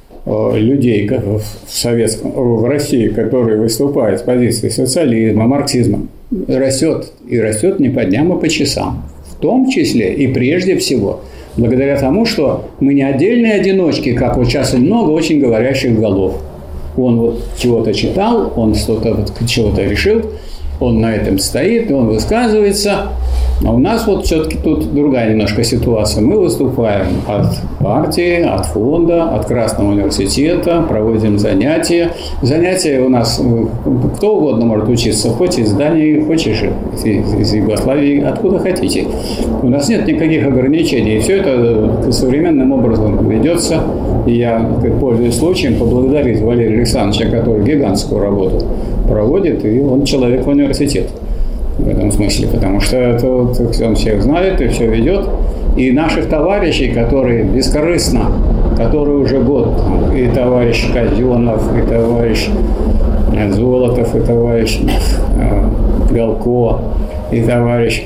людей в советском, в России, которые выступают с позиции социализма, марксизма, растет и растет не по дням, а по часам. В том числе и прежде всего благодаря тому, что мы не отдельные одиночки, как вот сейчас много очень говорящих голов. Он вот чего-то читал, он что-то вот, чего-то решил, он на этом стоит, он высказывается. А у нас вот все-таки тут другая немножко ситуация. Мы выступаем от партии, от фонда, от Красного университета, проводим занятия. Занятия у нас кто угодно может учиться, хоть из Дании, хоть из, из Югославии, откуда хотите. У нас нет никаких ограничений. И все это современным образом ведется. И я, пользуясь случаем, поблагодарить Валерия Александровича, который гигантскую работу проводит, и он человек университета. В этом смысле, потому что это, он всех знает и все ведет. И наших товарищей, которые бескорыстно, которые уже год, и товарищ Казенов, и товарищ Золотов, и товарищ э, Галко, и товарищ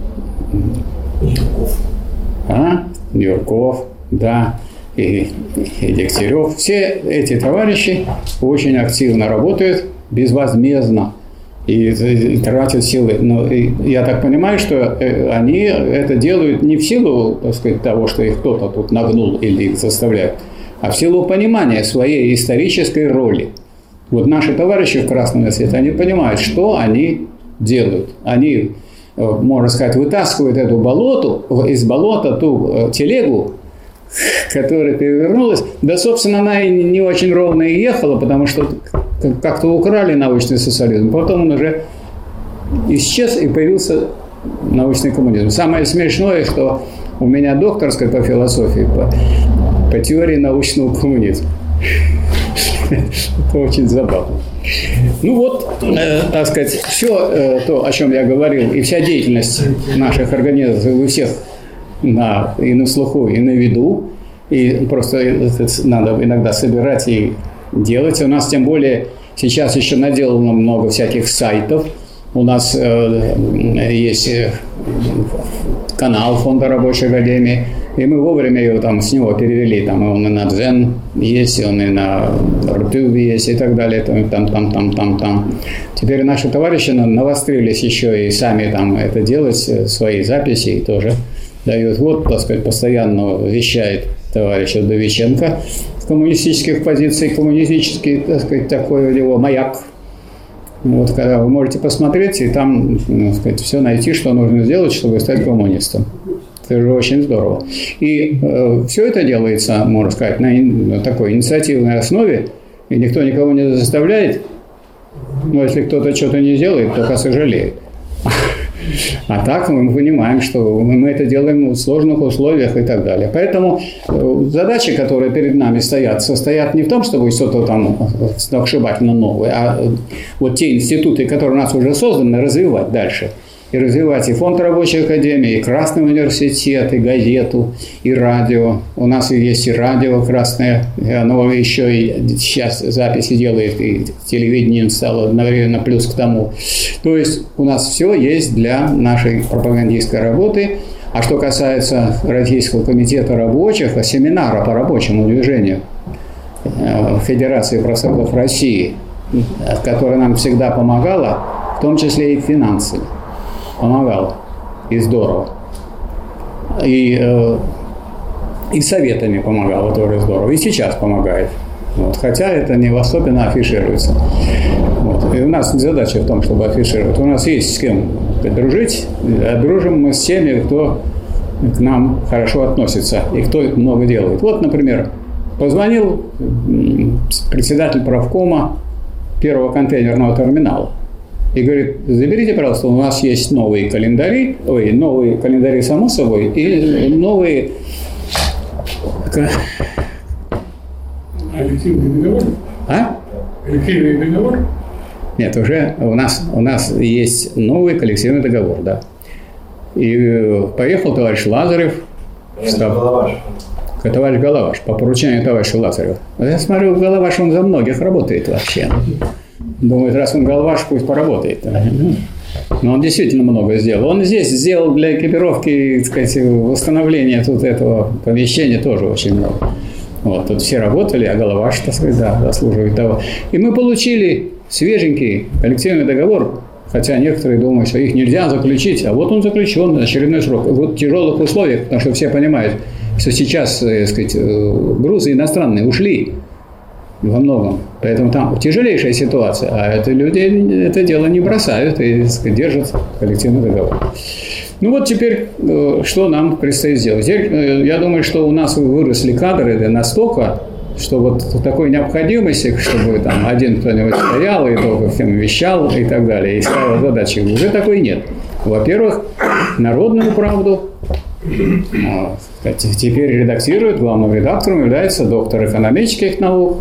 Юрков, а? Юрков, да, и, и Дегтярев. Все эти товарищи очень активно работают, безвозмездно. И, и тратят силы. Но и, я так понимаю, что они это делают не в силу, так сказать, того, что их кто-то тут нагнул или их заставляют, а в силу понимания своей исторической роли. Вот наши товарищи в Красном университете, они понимают, что они делают. Они, можно сказать, вытаскивают эту болоту, из болота ту телегу, которая перевернулась. Да, собственно, она и не очень ровно и ехала, потому что как-то украли научный социализм. Потом он уже исчез, и появился научный коммунизм. Самое смешное, что у меня докторская по философии, по, по теории научного коммунизма. Это очень забавно. Ну вот, э, так сказать, все э, то, о чем я говорил, и вся деятельность наших организаций у всех на, и на слуху, и на виду. И просто надо иногда собирать и делать. У нас, тем более, сейчас еще наделано много всяких сайтов. У нас э, есть канал Фонда Рабочей Академии, и мы вовремя его там с него перевели. Там он и на Дзен есть, он и на Рутюбе есть, и так далее. Там, там, там, там, там. Теперь наши товарищи навострились еще и сами там это делать, свои записи, и тоже дают. Вот, так сказать, постоянно вещает товарищ Удовиченко с коммунистических позиций, коммунистический, так сказать, такой у него маяк. Вот, когда вы можете посмотреть, и там, так сказать, все найти, что нужно сделать, чтобы стать коммунистом. Это же очень здорово. И э, все это делается, можно сказать, на, на такой инициативной основе, и никто никого не заставляет. Но если кто-то что-то не сделает, только сожалеет. А так мы понимаем, что мы это делаем в сложных условиях и так далее. Поэтому задачи, которые перед нами стоят, состоят не в том, чтобы что-то там сногсшибательно новое, а вот те институты, которые у нас уже созданы, развивать дальше. И развивать и фонд рабочей академии, и Красный университет, и газету, и радио. У нас есть и радио красное, оно еще и сейчас записи делает, и телевидение стало одновременно плюс к тому. То есть у нас все есть для нашей пропагандистской работы. А что касается Российского комитета рабочих, семинара по рабочему движению Федерации профсоюзов России, которая нам всегда помогала, в том числе и финансово. Помогал. И здорово. И, э, и советами помогала тоже здорово. И сейчас помогает. Вот. Хотя это не особенно афишируется. Вот. И у нас задача в том, чтобы афишировать. У нас есть с кем дружить. А дружим мы с теми, кто к нам хорошо относится и кто много делает. Вот, например, позвонил председатель правкома первого контейнерного терминала. И говорит, заберите, пожалуйста, у нас есть новые календари, ой, новые календари, само собой, и новые... Коллективный договор? А? Коллективный договор? Нет, уже у нас, у нас есть новый коллективный договор, да. И поехал товарищ Лазарев. Головаш. Товарищ Головаш, по поручению товарища Лазарева. Я смотрю, Головаш, он за многих работает вообще. Думает, раз он Головаш, пусть поработает. Но он действительно много сделал. Он здесь сделал для экипировки, так сказать, восстановления тут этого помещения тоже очень много. Вот, тут все работали, а Головаш, так сказать, да, заслуживает того. И мы получили свеженький коллективный договор, хотя некоторые думают, что их нельзя заключить, а вот он заключен на очередной срок. Вот в тяжелых условиях, потому что все понимают, что сейчас, так сказать, грузы иностранные ушли во многом. Поэтому там тяжелейшая ситуация. А это люди это дело не бросают и, так сказать, держат коллективный договор. Ну вот теперь, что нам предстоит сделать? Теперь, я думаю, что у нас выросли кадры настолько, что вот такой необходимости, чтобы там один кто-нибудь стоял и только всем вещал и так далее, и ставил задачи, уже такой нет. Во-первых, народную правду теперь редактирует, главным редактором является доктор экономических наук,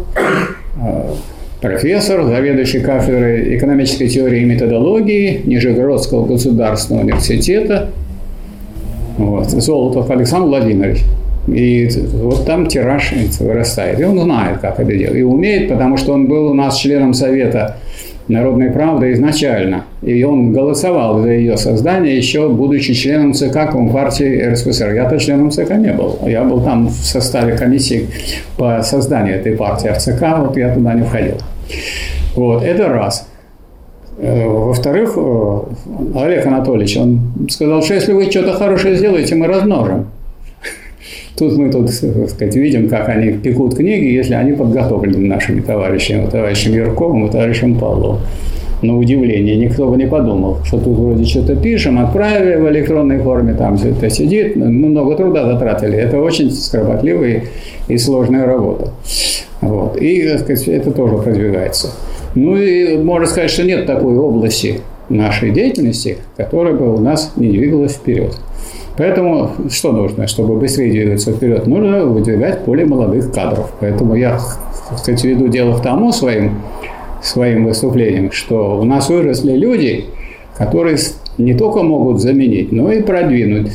профессор, заведующий кафедрой экономической теории и методологии Нижегородского государственного университета, вот, Золотов Александр Владимирович. И вот там тираж вырастает. И он знает, как это делать. И умеет, потому что он был у нас членом Совета Народной правды изначально. И он голосовал за ее создание, еще будучи членом ЦК Компартии РСФСР. Я-то членом ЦК не был. Я был там в составе комиссии по созданию этой партии. А в ЦК вот я туда не входил. Вот, это раз. Во-вторых, Олег Анатольевич, он сказал, что если вы что-то хорошее сделаете, мы размножим. Тут мы тут, так сказать, видим, как они пекут книги, если они подготовлены нашими товарищами, товарищем Юрковым и товарищем Павловым. На удивление, никто бы не подумал, что тут вроде что-то пишем, отправили в электронной форме, там все это сидит, мы много труда затратили. Это очень скоропотливая и сложная работа. Вот. И, так сказать, это тоже продвигается. Ну и можно сказать, что нет такой области нашей деятельности, которая бы у нас не двигалась вперед. Поэтому что нужно, чтобы быстрее двигаться вперед? Нужно выдвигать более молодых кадров. Поэтому я, так сказать, веду дело к тому своим, своим выступлением, что у нас выросли люди, которые не только могут заменить, но и продвинуть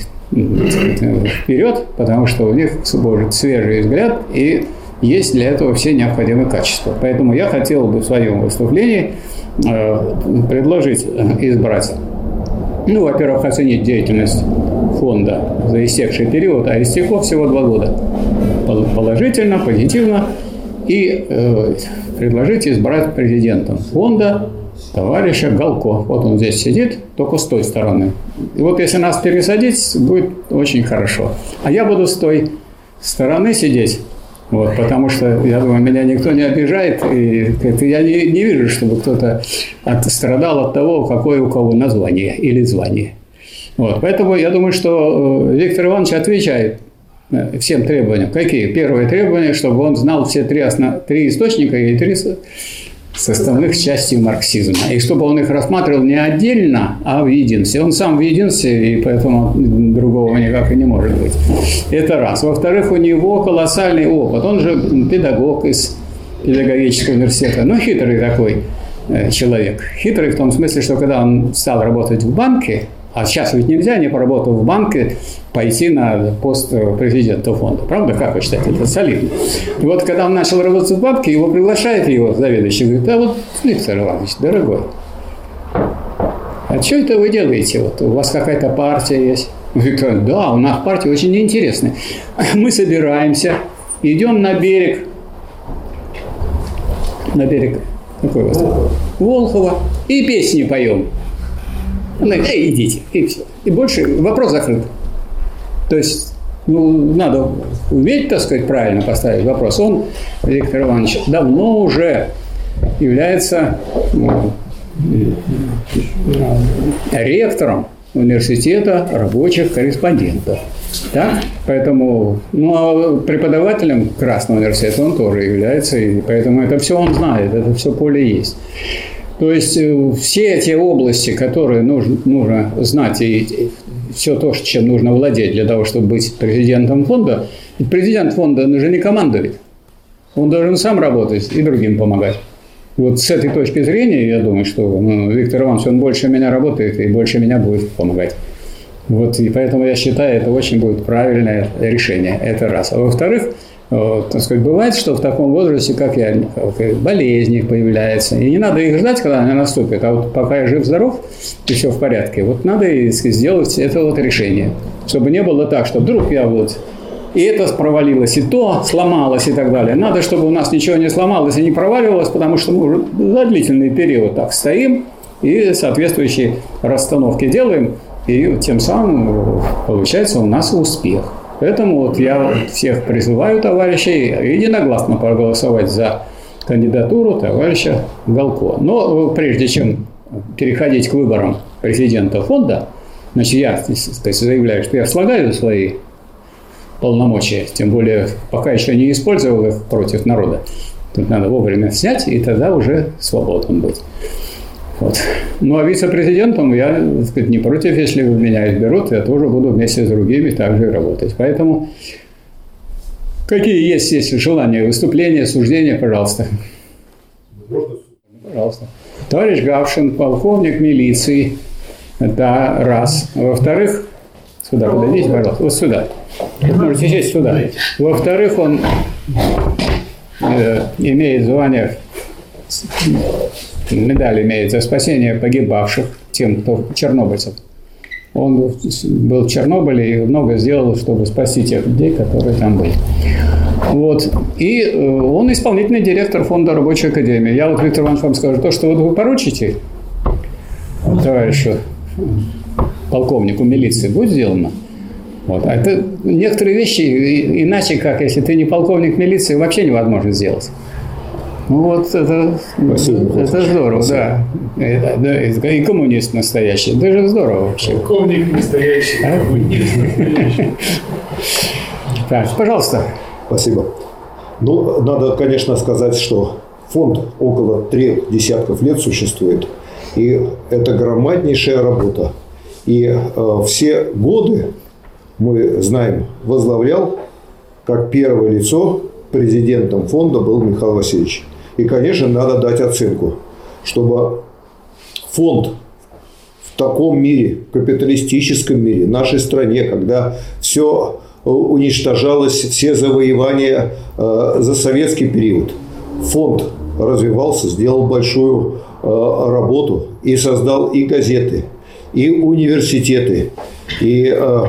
вперед, потому что у них будет свежий взгляд и есть для этого все необходимые качества. Поэтому я хотел бы в своем выступлении предложить избрать, ну, во-первых, оценить деятельность фонда за истекший период, а истекло всего два года. Положительно, позитивно. И э, предложить избрать президентом фонда товарища Галко. Вот он здесь сидит, только с той стороны. И вот если нас пересадить, будет очень хорошо. А я буду с той стороны сидеть. Вот, потому что, я думаю, меня никто не обижает, и это я не, не вижу, чтобы кто-то от, страдал от того, какое у кого название или звание. Вот, поэтому я думаю, что Виктор Иванович отвечает всем требованиям. Какие? Первое требование, чтобы он знал все три, основ... три источника и три составных частей марксизма. И чтобы он их рассматривал не отдельно, а в единстве. Он сам в единстве, и поэтому другого никак и не может быть. Это раз. Во-вторых, у него колоссальный опыт. Он же педагог из педагогического университета. Ну, хитрый такой человек. Хитрый в том смысле, что когда он стал работать в банке, а сейчас ведь нельзя, не поработав в банке, пойти на пост президента фонда. Правда, как вы считаете? Это солидно. И вот когда он начал работать в банке, его приглашает его заведующий, говорит: а вот, Виктор Иванович, дорогой, а что это вы делаете? Вот у вас какая-то партия есть? Виктор: да, у нас партия очень интересная. Мы собираемся, идем на берег, на берег, какой у вас? Волхова, и песни поем. Эй, идите, и все. И больше вопрос закрыт. То есть, ну, надо уметь, так сказать, правильно поставить вопрос. Он, Виктор Иванович, давно уже является ну, ректором университета рабочих корреспондентов. Так? Поэтому, ну, а преподавателем Красного университета он тоже является, и поэтому это все он знает, это все поле есть. То есть все эти области, которые нужно, нужно знать, и, и все то, чем нужно владеть для того, чтобы быть президентом фонда, ведь президент фонда он же не командует. Он должен сам работать и другим помогать. Вот с этой точки зрения, я думаю, что ну, Виктор Иванович, он больше меня работает и больше меня будет помогать. Вот, и поэтому я считаю, это очень будет правильное решение. Это раз. А во-вторых, так сказать, бывает, что в таком возрасте, как я, болезни появляются. И не надо их ждать, когда они наступят. А вот пока я жив-здоров, и все в порядке, вот надо сделать это вот решение. Чтобы не было так, что вдруг я вот и это провалилось, и то сломалось, и так далее. Надо, чтобы у нас ничего не сломалось и не проваливалось, потому что мы уже за длительный период так стоим и соответствующие расстановки делаем, и тем самым получается у нас успех. Поэтому вот я всех призываю, товарищей, единогласно проголосовать за кандидатуру товарища Галко. Но прежде чем переходить к выборам президента фонда, значит, я так сказать, заявляю, что я слагаю свои полномочия, тем более пока еще не использовал их против народа. Тут надо вовремя снять, и тогда уже свободен быть. Вот. Ну, а вице-президентом я, так сказать, не против, если меня изберут, я тоже буду вместе с другими также работать. Поэтому какие есть, есть желания, выступления, суждения, пожалуйста. Пожалуйста. Товарищ Гавшин, полковник милиции, это раз. Во-вторых, сюда подойдите, пожалуйста, вот сюда. Можете сесть сюда. Во-вторых, он э, имеет звание, медаль имеет за спасение погибавших, тем, кто чернобыльцев. Он был в Чернобыле и много сделал, чтобы спасти тех людей, которые там были. Вот. И он исполнительный директор фонда Рабочей академии. Я вот, Виктор Иванович, вам скажу, то, что вот вы поручите товарищу полковнику милиции, будет сделано. Вот. А это некоторые вещи, иначе как, если ты не полковник милиции, вообще невозможно сделать. Ну вот это, это здорово, да. да. И коммунист настоящий. Это же здорово вообще. Полковник настоящий. А? Так, пожалуйста. Спасибо. Ну, надо, конечно, сказать, что фонд около трех десятков лет существует. И это громаднейшая работа. И э, все годы, мы знаем, возглавлял как первое лицо президентом фонда был Михаил Васильевич. И, конечно, надо дать оценку, чтобы фонд в таком мире, капиталистическом мире, нашей стране, когда все уничтожалось, все завоевания э, за советский период, фонд развивался, сделал большую э, работу и создал и газеты, и университеты, и э,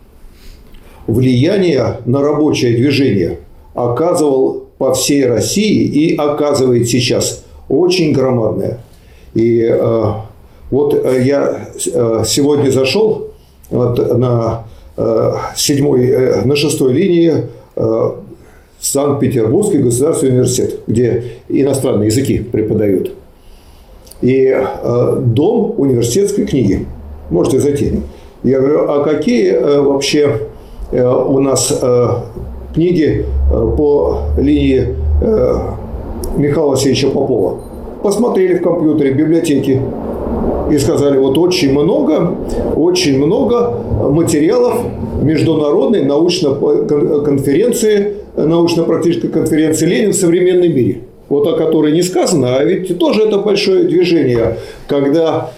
влияние на рабочее движение оказывал по всей России и оказывает сейчас очень громадное. И э, вот э, я э, сегодня зашел вот, на э, седьмой, э, на шестой линии э, Санкт-Петербургский государственный университет, где иностранные языки преподают. И э, дом университетской книги. Можете зайти. Я говорю, а какие э, вообще э, у нас э, книги по линии э, Михаила Васильевича Попова? посмотрели в компьютере, в библиотеке и сказали, вот очень много, очень много материалов международной научной конференции, научно-практической конференции «Ленин в современном мире». Вот о которой не сказано, а ведь тоже это большое движение, когда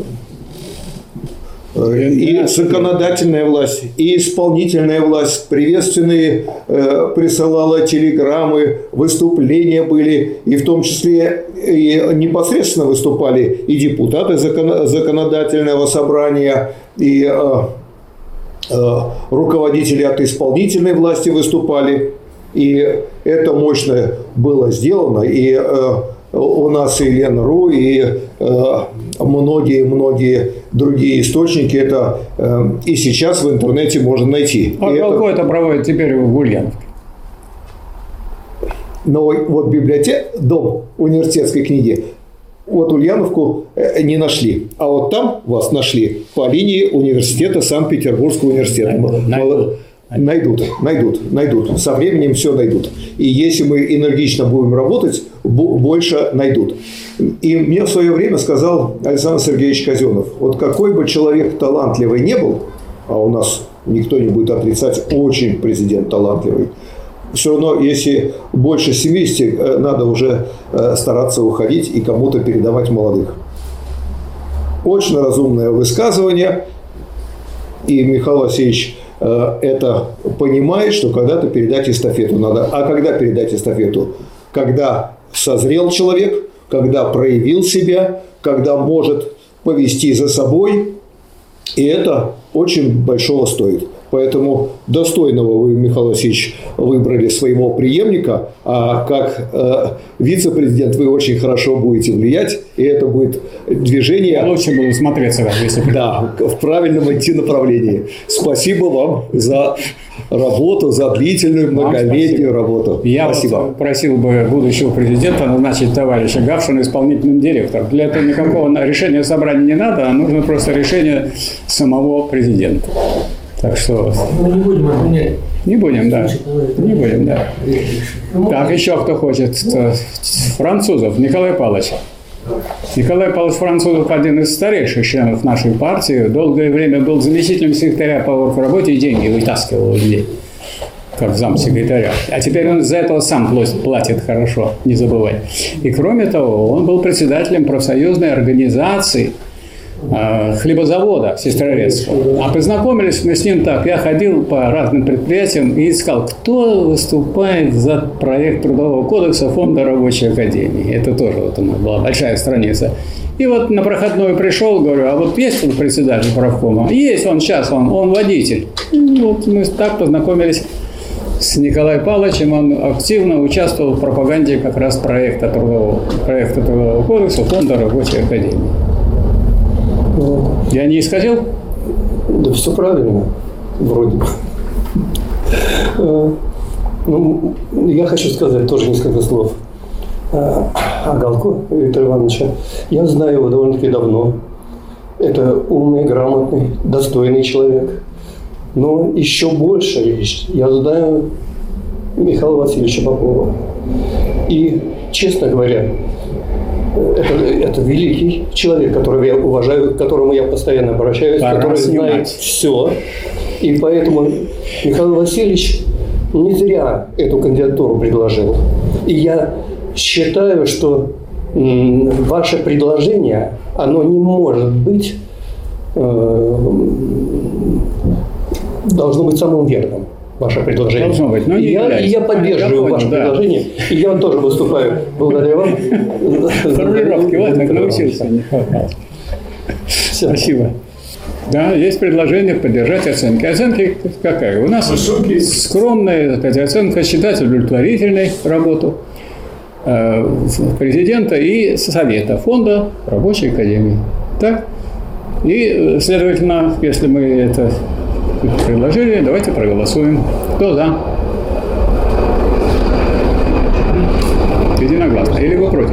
и законодательная власть, и исполнительная власть приветственные э, присылала телеграммы, выступления были, и в том числе и непосредственно выступали и депутаты закон, законодательного собрания, и э, э, руководители от исполнительной власти выступали. И это мощно было сделано, и э, у нас и Ленру, и многие-многие э, другие источники это э, и сейчас в интернете можно найти. А какое это проводит теперь в Ульяновске? Но вот библиотека, дом университетской книги, вот Ульяновку не нашли, а вот там вас нашли по линии университета Санкт-Петербургского университета. Найдут. Найдут, найдут, найдут. Со временем все найдут. И если мы энергично будем работать, больше найдут. И мне в свое время сказал Александр Сергеевич Казенов, вот какой бы человек талантливый не был, а у нас никто не будет отрицать, очень президент талантливый, все равно, если больше семидесяти, надо уже стараться уходить и кому-то передавать молодых. Очень разумное высказывание. И Михаил Васильевич это понимает, что когда-то передать эстафету надо. А когда передать эстафету? Когда созрел человек, когда проявил себя, когда может повести за собой. И это очень большого стоит. Поэтому достойного вы, Михаил Васильевич, выбрали своего преемника, а как э, вице-президент вы очень хорошо будете влиять, и это будет движение... Я лучше буду смотреться, как если... Да, в правильном идти направлении. Спасибо вам за работу, за длительную, многолетнюю работу. Я вот просил бы будущего президента назначить товарища Гавшина исполнительным директором. Для этого никакого решения собрания не надо, а нужно просто решение самого президента. Так что... Мы не будем отменять. Не будем, да. Не будем, да. Так, еще кто хочет? Французов. Николай Павлович. Николай Павлович Французов один из старейших членов нашей партии. Долгое время был заместителем секретаря по оргработе и деньги вытаскивал людей, как замсекретаря. А теперь он за этого сам платит хорошо, не забывай. И кроме того, он был председателем профсоюзной организации хлебозавода Сестрорецкого. А познакомились мы с ним так. Я ходил по разным предприятиям и искал, кто выступает за проект Трудового кодекса Фонда Рабочей Академии. Это тоже вот у нас была большая страница. И вот на проходную пришел, говорю, а вот есть тут председатель правкома? Есть он сейчас, он, он водитель. И вот мы так познакомились с Николаем Павловичем. Он активно участвовал в пропаганде как раз проекта Трудового, проекта Трудового кодекса Фонда Рабочей Академии. Я не исказил? Да все правильно, вроде бы. Ну, я хочу сказать тоже несколько слов о Галку Виктора Ивановича. Я знаю его довольно-таки давно. Это умный, грамотный, достойный человек. Но еще больше я знаю Михаила Васильевича Попова. И, честно говоря, Это, это великий человек, которого я уважаю, к которому я постоянно обращаюсь, Пора который снимать. знает все. И поэтому Михаил Васильевич не зря эту кандидатуру предложил. И я считаю, что м, ваше предложение, оно не может быть, э, должно быть самым верным. Ваше предложение. Должно быть, но не и, я, и я поддерживаю я ваше понял, да. предложение. И я тоже выступаю благодаря вам. Формулировки, ладно, научился. Спасибо. Да, есть предложение поддержать оценки. Оценки какая? У нас высокие. Скромная, так сказать, оценка считать удовлетворительной работу э, президента и совета фонда Рабочей Академии. Так? И, следовательно, если мы это предложили, давайте проголосуем. Кто за? Единогласно. Или вы против?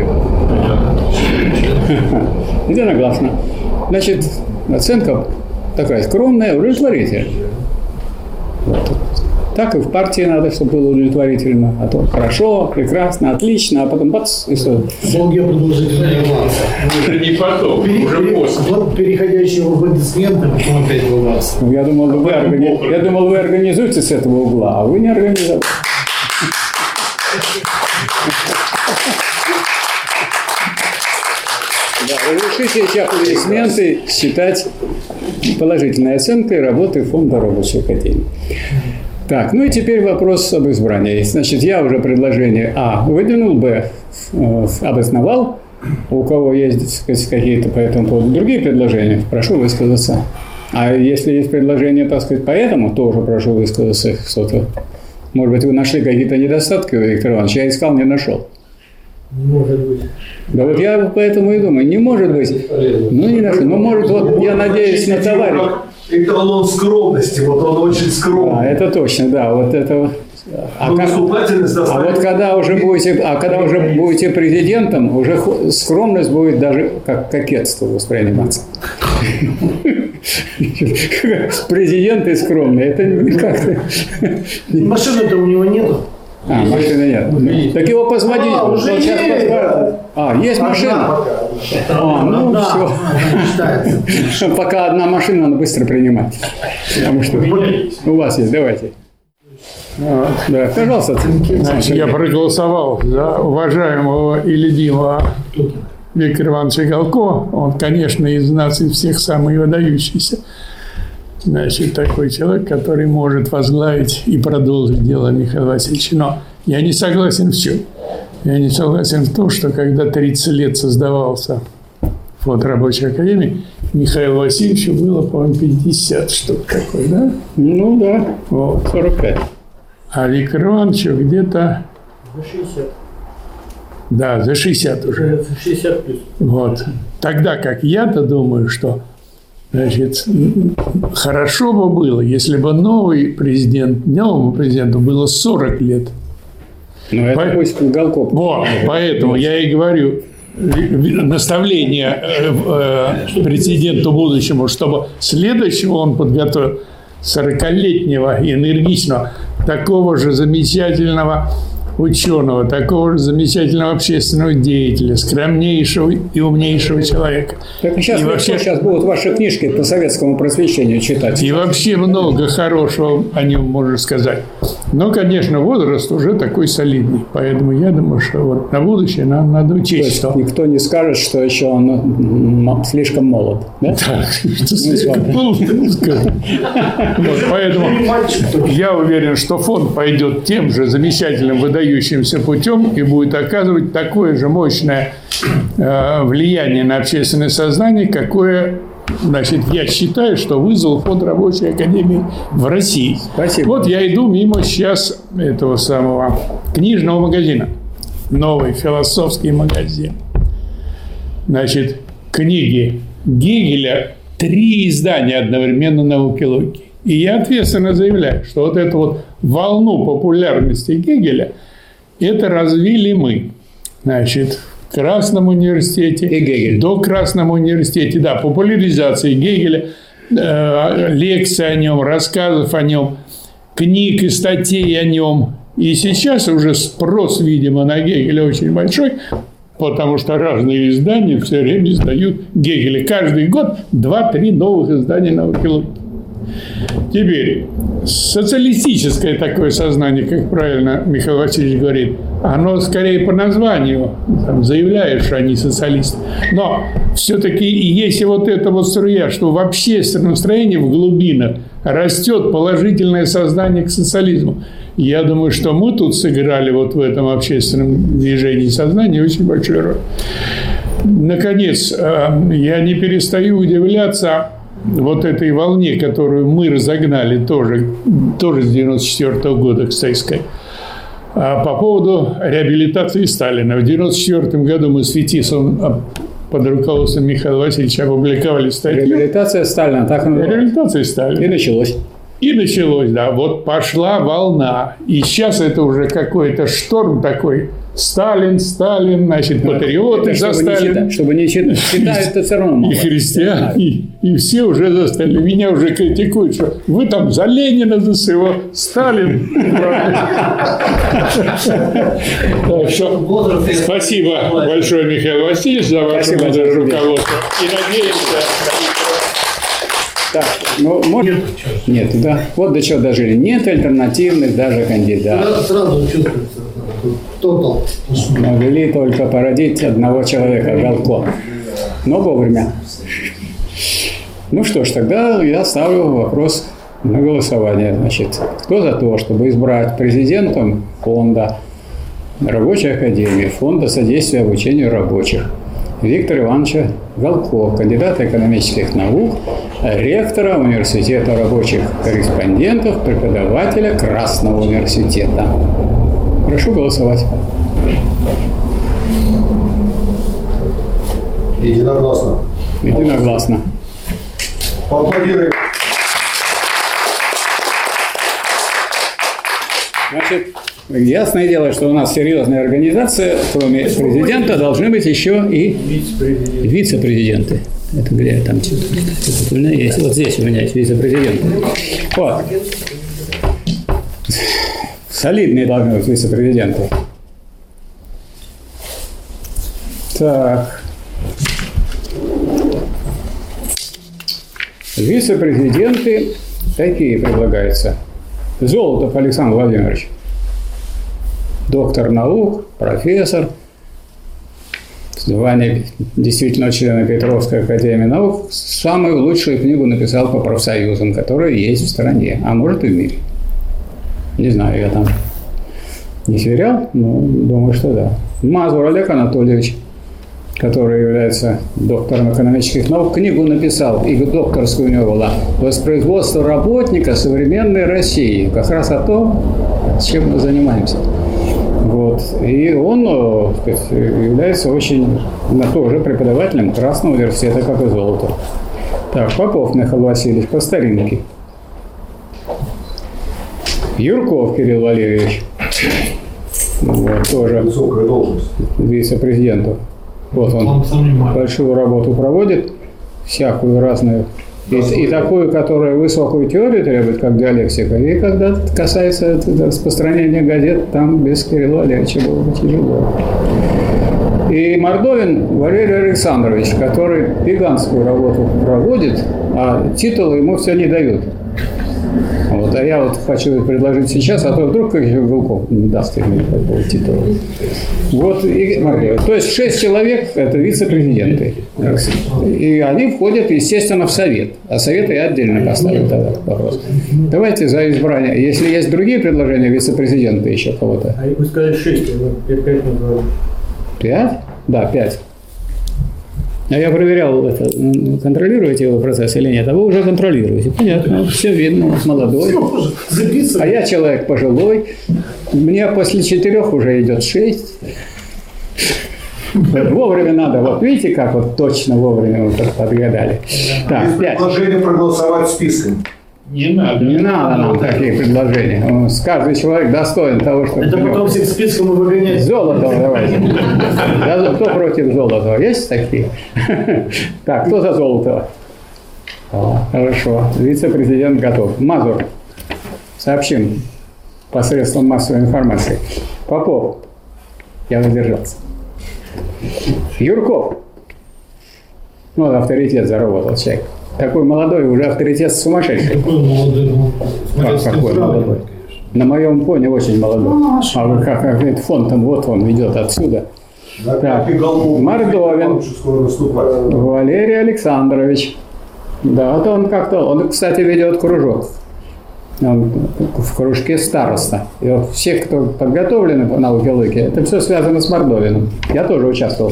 Единогласно. Значит, оценка такая скромная, удовлетворительная. Вот. Так и в партии надо, чтобы было удовлетворительно. А то хорошо, прекрасно, отлично, а потом бац, и все. Долгие продолжительные улыбаться. Уже не потом, уже после. Вот переходящие в аплодисменты, потом опять улыбаться. Ну, я думал, вы органи... я думал, вы организуете с этого угла, а вы не организовали. Да, разрешите эти аплодисменты считать положительной оценкой работы Фонда рабочей академии. Так, ну и теперь вопрос об избрании. Значит, я уже предложение А выдвинул, Б обосновал. У кого есть, так сказать, какие-то по этому поводу другие предложения, прошу высказаться. А если есть предложение, так сказать, по этому, тоже прошу высказаться что-то. Может быть, вы нашли какие-то недостатки, Виктор Иванович? Я искал, не нашел. Может быть. Да вот я поэтому и думаю, не может быть. Ну, не нашел. Ну, может, вот я надеюсь на товарища. Эталон скромности, вот он очень скромный. А, это точно, да, вот это. А, как, а вот когда уже будете, а когда уже будете президентом, уже скромность будет даже как кокетство восприниматься. Президент и скромный, это как-то. Машины-то у него нету. А, машины нет. Так его позвонить. А, уже есть. А, есть машина. А, ну да, все. Пока одна машина, надо быстро принимать. Потому что у вас есть, давайте. Да, пожалуйста. Значит, я проголосовал за уважаемого и любимого Виктора Ивановича Галко. Он, конечно, из нас из всех самый выдающийся. Значит, такой человек, который может возглавить и продолжить дело Михаила Васильевича. Но я не согласен в чем? Я не согласен в том, что когда тридцать лет создавался Фонд рабочей академии, Михаилу Васильевичу было, по-моему, пятьдесят что-то такое, да? Ну да, вот. сорок пять. А Виктору Ивановичу где-то... За шестьдесят. Да, за шестьдесят уже. За шестьдесят плюс. Вот. Тогда как я-то думаю, что, значит, хорошо бы было, если бы новый президент, новому президенту было сорок лет. Ну, это По... пусть Галков. Вот, поэтому я и говорю, наставление президенту будущему, чтобы следующего он подготовил сорокалетнего энергичного, такого же замечательного ученого, такого же замечательного общественного деятеля, скромнейшего и умнейшего человека. Так сейчас, и вообще, сейчас будут ваши книжки по советскому просвещению читать. И вообще много хорошего о нем можно сказать. Но, конечно, возраст уже такой солидный. Поэтому я думаю, что вот на будущее нам надо учесть. То есть что... никто не скажет, что еще он слишком молод. Да? Так, что слишком молод, не скажет. Поэтому я уверен, что фонд пойдет тем же замечательным выдающимся путем и будет оказывать такое же мощное э, влияние на общественное сознание, какое, значит, я считаю, что вызвал Фонд рабочей академии в России. Спасибо. Вот я иду мимо сейчас этого самого книжного магазина. Новый философский магазин. Значит, книги Гегеля, три издания одновременно «Науки и логики». И я ответственно заявляю, что вот эту вот волну популярности Гегеля это развили мы. Значит, в Красном университете, и Гегель. До Красном университете, да, популяризации Гегеля, э, лекции о нем, рассказов о нем, книг и статей о нем. И сейчас уже спрос, видимо, на Гегеля очень большой, потому что разные издания все время издают Гегеля. Каждый год два-три новых издания «Науки и логики». Теперь, социалистическое такое сознание, как правильно Михаил Васильевич говорит, оно скорее по названию там, заявляет, что они социалисты. Но все-таки есть и вот эта вот струя, что в общественном настроении, в глубинах растет положительное сознание к социализму. Я думаю, что мы тут сыграли вот в этом общественном движении сознания очень большую роль. Наконец, я не перестаю удивляться вот этой волне, которую мы разогнали тоже, тоже с девяносто четвёртого года, кстати сказать, по поводу реабилитации Сталина. В девяносто четвёртом году мы с Фетисовым под руководством Михаила Васильевича опубликовали статью. Реабилитация Сталина, так оно. Реабилитация Сталина. И началось. И началось, да, вот пошла волна. И сейчас это уже какой-то шторм такой. Сталин, Сталин, значит, патриоты Это за чтобы не Сталина. читать, чтобы не читать. Читают, это все равно мало. И христиане, и, и все уже за Сталина. Меня уже критикуют, что вы там за Ленина, за своего Сталин. Так что спасибо большое, Михаил Васильевич, за ваше руководство. И надеемся... Так, ну, может... Нет, да. Вот до чего дожили. Нет альтернативных даже кандидатов. Сразу чувствуется. Кто-то. Могли только породить одного человека, Галко. Но вовремя. Ну что ж, тогда я ставлю вопрос на голосование. Значит, кто за то, чтобы избрать президентом фонда Рабочей академии, фонда содействия обучению рабочих Виктора Ивановича Галко, кандидата экономических наук, ректора университета рабочих корреспондентов, преподавателя Красного университета. Прошу голосовать. Единогласно. Единогласно. Поаплодируем. Значит, ясное дело, что у нас серьезная организация, кроме президента, должны быть еще и вице-президенты. Это где там что-то у меня есть. Вот здесь у меня есть вице-президенты. Вот. Солидные должны быть вице-президенты. Так. Вице-президенты такие предлагаются. Золотов Александр Владимирович. Доктор наук, профессор. Звание действительно члена Петровской академии наук. Самую лучшую книгу написал по профсоюзам, которая есть в стране, а может и в мире. Не знаю, я там не сверял, но думаю, что да. Мазур Олег Анатольевич, который является доктором экономических наук, книгу написал, и докторскую у него была «Воспроизводство работника современной России». Как раз о том, чем мы занимаемся. Вот. И он, так сказать, является очень тоже преподавателем Красного университета, как и Золотов. Так, Попов Михаил Васильевич, по старинке. Юрков Кирилл Валерьевич. Вот, тоже Высокая должность. вице-президентов. Вот он большую работу проводит, всякую разную. И, и такую, которая высокую теорию требует, как диалектика. И когда касается распространения газет, там без Кирилла Валерьевича было бы тяжело. И Мордовин Валерий Александрович, который гигантскую работу проводит, а титулы ему все не дают. Вот, а я вот хочу предложить сейчас, а то вдруг еще Галков не даст ему такого титула. Вот, и, то есть шесть человек – это вице-президенты. И они входят, естественно, в совет. А совет я отдельно поставлю тогда вопрос. Давайте за избрание. Если есть другие предложения, вице-президента еще кого-то. А вы сказали шесть, я пять назвал. Пять? Да, пять. А я проверял, это, контролируете его процесс или нет, а вы уже контролируете. Понятно, все видно, молодой. А я человек пожилой, мне после четырех уже идет шесть. Вот вовремя надо, вот видите, как вот точно вовремя вы подгадали. Так, пять. Предложение проголосовать списком. Не надо. Не надо нам такие предложения. Каждый человек достоин того, чтобы... Это потом всех списком и выгонять. Золотого давайте. Да, кто против Золотого? Есть такие? Так, кто за Золотого? Хорошо. Вице-президент готов. Мазур. Сообщим посредством массовой информации. Попов. Я воздержался. Юрков. Ну, авторитет заработал человек. Такой молодой, уже авторитет сумасшедший. Какой молодой. Как какой молодой? На моем фоне очень молодой. А вы как, как этот фон там, вот он ведет отсюда. Так, Мордовин. Валерий Александрович. Да, вот он как-то, он, кстати, ведет кружок. Он в кружке староста. И вот все, кто подготовлены по науке логики, это все связано с Мордовиным. Я тоже участвовал.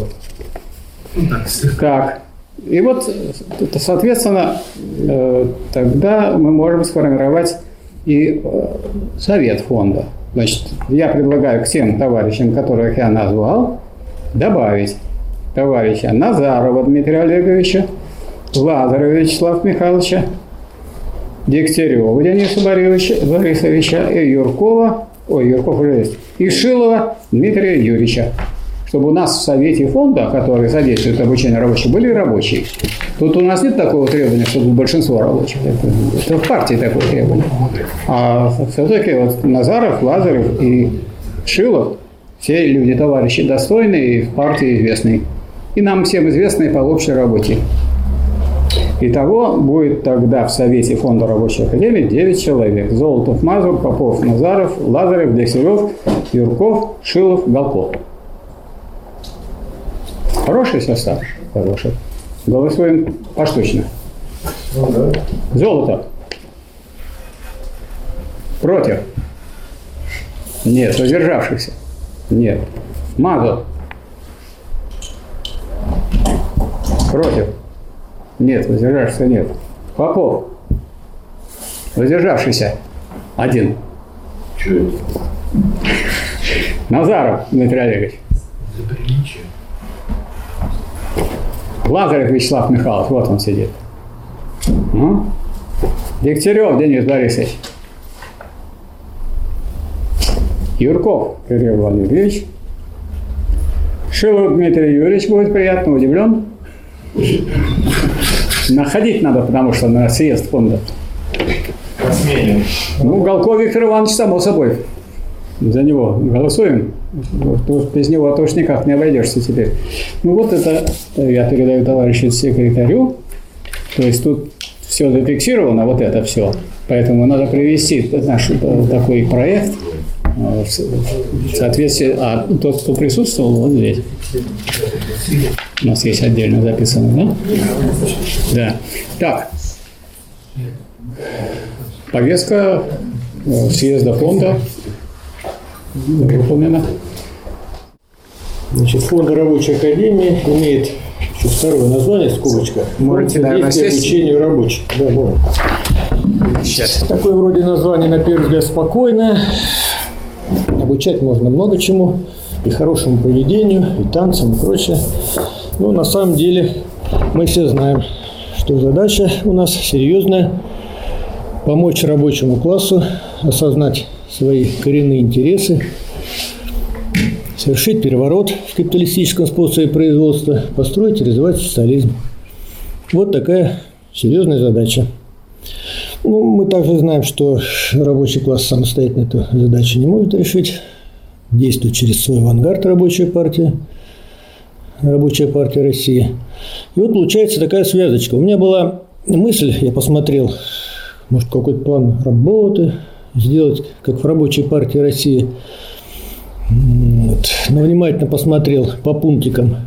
Так. И вот, соответственно, тогда мы можем сформировать и совет фонда. Значит, я предлагаю к тем товарищам, которых я назвал, добавить товарища Назарова Дмитрия Олеговича, Лазарева Вячеслава Михайловича, Дегтярева Дениса Борисовича, Борисовича и Юркова, ой, Юрков уже есть, и Шилова Дмитрия Юрьевича. Чтобы у нас в Совете фонда, который содействует обучению рабочих, были рабочие. Тут у нас нет такого требования, чтобы большинство рабочих. Это, это в партии такое требование. А все-таки вот Назаров, Лазарев и Шилов, все люди, товарищи достойные и в партии известные. И нам всем известные по общей работе. Итого будет тогда в Совете фонда рабочей академии девять человек. Золотов, Мазур, Попов, Назаров, Лазарев, Дегтярев, Юрков, Шилов, Галков. Хороший состав? Хороший. Голосуем поштучно. Ну, да. Золото. Против? Нет. Воздержавшихся? Нет. Мазур. Против? Нет. Воздержавшихся нет. Попов. Воздержавшийся? Один. Чего? Назаров Дмитрий Олегович. Лазарев Вячеслав Михайлович, вот он сидит. Ну? Дегтярев Денис Борисович. Юрков Кирилл Владимирович. Шилов Дмитрий Юрьевич будет приятно удивлен. Находить надо, потому что на съезд фонда. Ну, Галков Виктор Иванович, само собой. За него голосуем. Без него тоже никак не обойдешься теперь. Ну вот это я передаю товарищу секретарю. То есть тут все зафиксировано, вот это все. Поэтому надо привести наш такой проект в соответствии. А тот, кто присутствовал, вот здесь. У нас есть отдельно записано, да? Да. Так. Повестка съезда фонда выполнена. Значит, фонд рабочей академии имеет еще второе название, скобочка. Можете, наверное, сесть. Обучению рабочих. Да, можно. Сейчас. Такое вроде название, на первый взгляд, спокойное. Обучать можно много чему. И хорошему поведению, и танцам, и прочее. Но на самом деле мы все знаем, что задача у нас серьезная. Помочь рабочему классу осознать свои коренные интересы, совершить переворот в капиталистическом способе производства, построить и развивать социализм. Вот такая серьезная задача. Ну, мы также знаем, что рабочий класс самостоятельно эту задачу не может решить. Действует через свой авангард рабочая партия, рабочая партия России. И вот получается такая связочка. У меня была мысль, я посмотрел, может, какой-то план работы сделать, как в рабочей партии России. Вот. Но внимательно посмотрел по пунктикам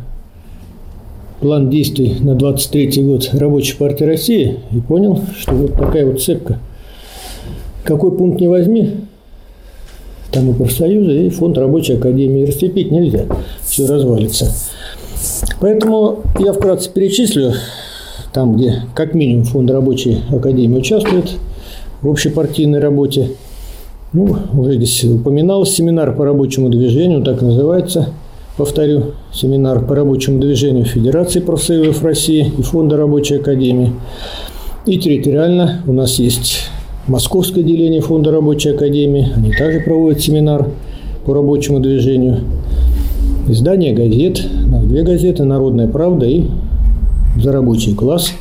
план действий на двадцать третий год рабочей партии России и понял, что вот такая вот цепка. Какой пункт не возьми, там и профсоюзы, и фонд рабочей академии. Расцепить нельзя, все развалится. Поэтому я вкратце перечислю, там, где как минимум фонд рабочей академии участвует в общепартийной работе. Ну, уже здесь упоминалось семинар по рабочему движению, так называется, повторю, семинар по рабочему движению Федерации профсоюзов России и Фонда рабочей академии. И территориально у нас есть московское отделение Фонда рабочей академии, они также проводят семинар по рабочему движению. Издание газет, у нас две газеты, «Народная правда» и «За рабочий класс».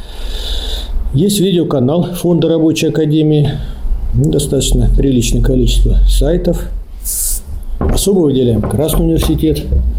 Есть видеоканал Фонда рабочей академии, достаточно приличное количество сайтов. Особо выделяем Красный университет,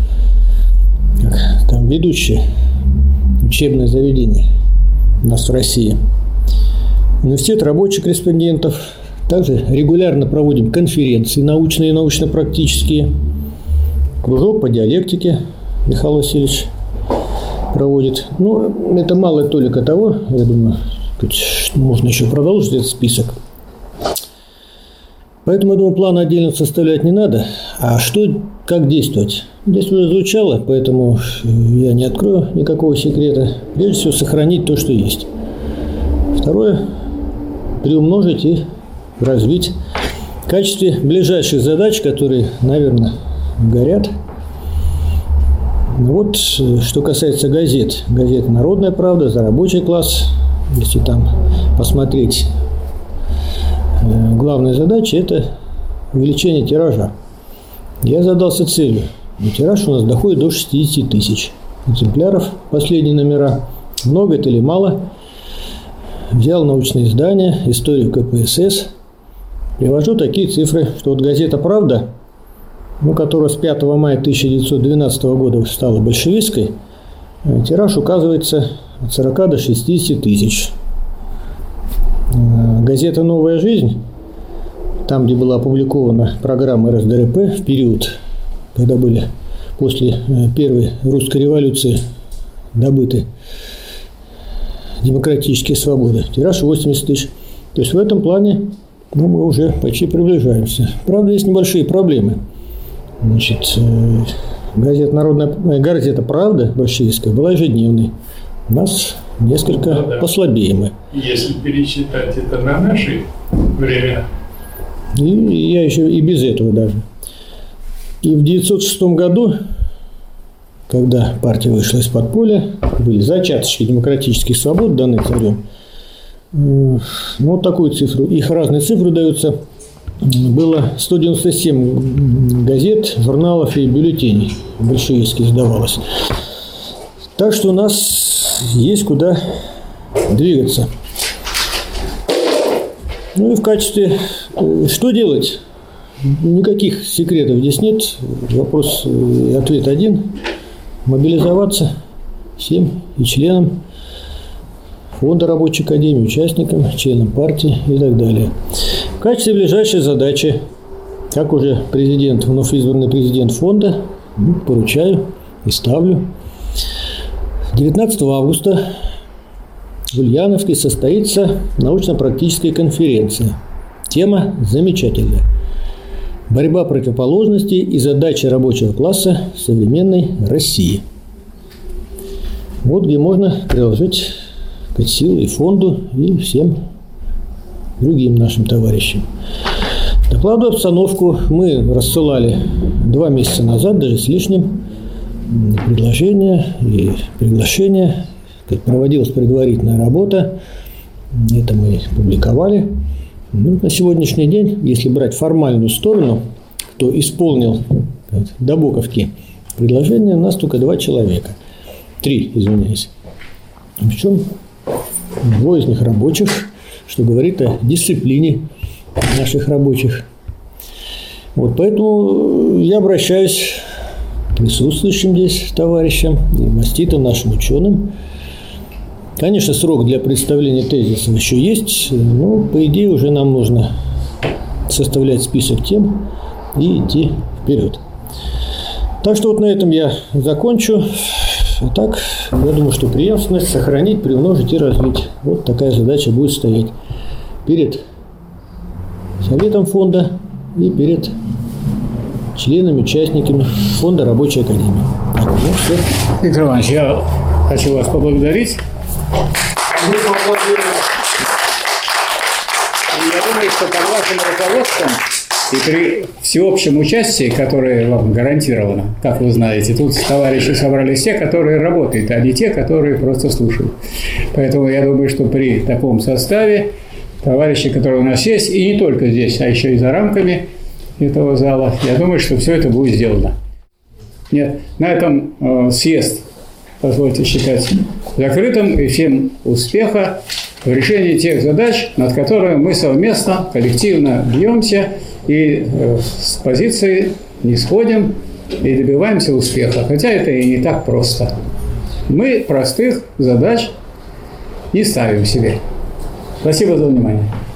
как там ведущее учебное заведение у нас в России. Университет рабочих корреспондентов. Также регулярно проводим конференции научные и научно-практические. Кружок по диалектике Михаил Васильевич проводит. Ну, это малая толика того, я думаю, тут можно еще продолжить этот список. Поэтому, я думаю, план отдельно составлять не надо. А что, как действовать? Здесь уже звучало, поэтому я не открою никакого секрета. Прежде всего, сохранить то, что есть. Второе – приумножить и развить. В качестве ближайших задач, которые, наверное, горят. Вот, что касается газет. Газета «Народная правда», «За рабочий класс». Если там посмотреть главная задача – это увеличение тиража. Я задался целью. И тираж у нас доходит до шестидесяти тысяч экземпляров, последние номера. Много это или мало? Взял научные издания, историю ка пэ эс эс. Привожу такие цифры, что вот газета «Правда», ну, которая с пятого мая тысяча девятьсот двенадцатого года стала большевистской, тираж указывается от сорока до шестидесяти тысяч. Газета «Новая жизнь», там, где была опубликована программа эр эс дэ эр пэ в период, когда были после первой русской революции добыты демократические свободы, тираж восемьдесят тысяч. То есть в этом плане ну, мы уже почти приближаемся. Правда, есть небольшие проблемы. Значит, газета «Народная», газета «Правда» большевистская была ежедневной. У нас несколько ну, да. послабее мы. Если пересчитать это на наши времена. И я еще и без этого даже. И в девятьсот шестом году, когда партия вышла из подполья, были зачаточки демократических свобод, данные царем. Ну, вот такую цифру. Их разные цифры даются. Было сто девяносто семь газет, журналов и бюллетеней большевистских издавалось. Так что у нас есть куда двигаться. Ну и в качестве... Что делать? Никаких секретов здесь нет. Вопрос и ответ один. Мобилизоваться всем и членам фонда рабочей академии, участникам, членам партии и так далее. В качестве ближайшей задачи, как уже президент, вновь избранный президент фонда, поручаю и ставлю. девятнадцатого августа в Ульяновске состоится научно-практическая конференция. Тема замечательная. Борьба противоположностей и задачи рабочего класса современной России. Вот где можно приложить силы и фонду, и всем другим нашим товарищам. Докладную обстановку мы рассылали два месяца назад, даже с лишним, предложения и приглашения. Проводилась предварительная работа. Это мы публиковали. Ну, на сегодняшний день, если брать формальную сторону, кто исполнил до буковки предложение, у нас только два человека. Три, извиняюсь. Причем двое из них рабочих, что говорит о дисциплине наших рабочих. Вот поэтому я обращаюсь к присутствующим здесь товарищам, и маститым нашим ученым. Конечно, срок для представления тезисов еще есть, но, по идее, уже нам нужно составлять список тем и идти вперед. Так что вот на этом я закончу. А так, я думаю, что преемственность сохранить, приумножить и развить. Вот такая задача будет стоять перед Советом фонда и перед членами, участниками фонда рабочей академии. Так, ну, все. Виктор Иванович, я хочу вас поблагодарить. Я думаю, что под вашим руководством и при всеобщем участии, которое вам гарантировано, как вы знаете, тут товарищи собрались те, которые работают, а не те, которые просто слушают. Поэтому я думаю, что при таком составе товарищи, которые у нас есть, и не только здесь, а еще и за рамками этого зала, я думаю, что все это будет сделано. Нет, на этом э, съезд, позвольте считать, закрытым, и всем успеха в решении тех задач, над которыми мы совместно, коллективно бьемся и э, с позиции не сходим и добиваемся успеха. Хотя это и не так просто. Мы простых задач не ставим себе. Спасибо за внимание.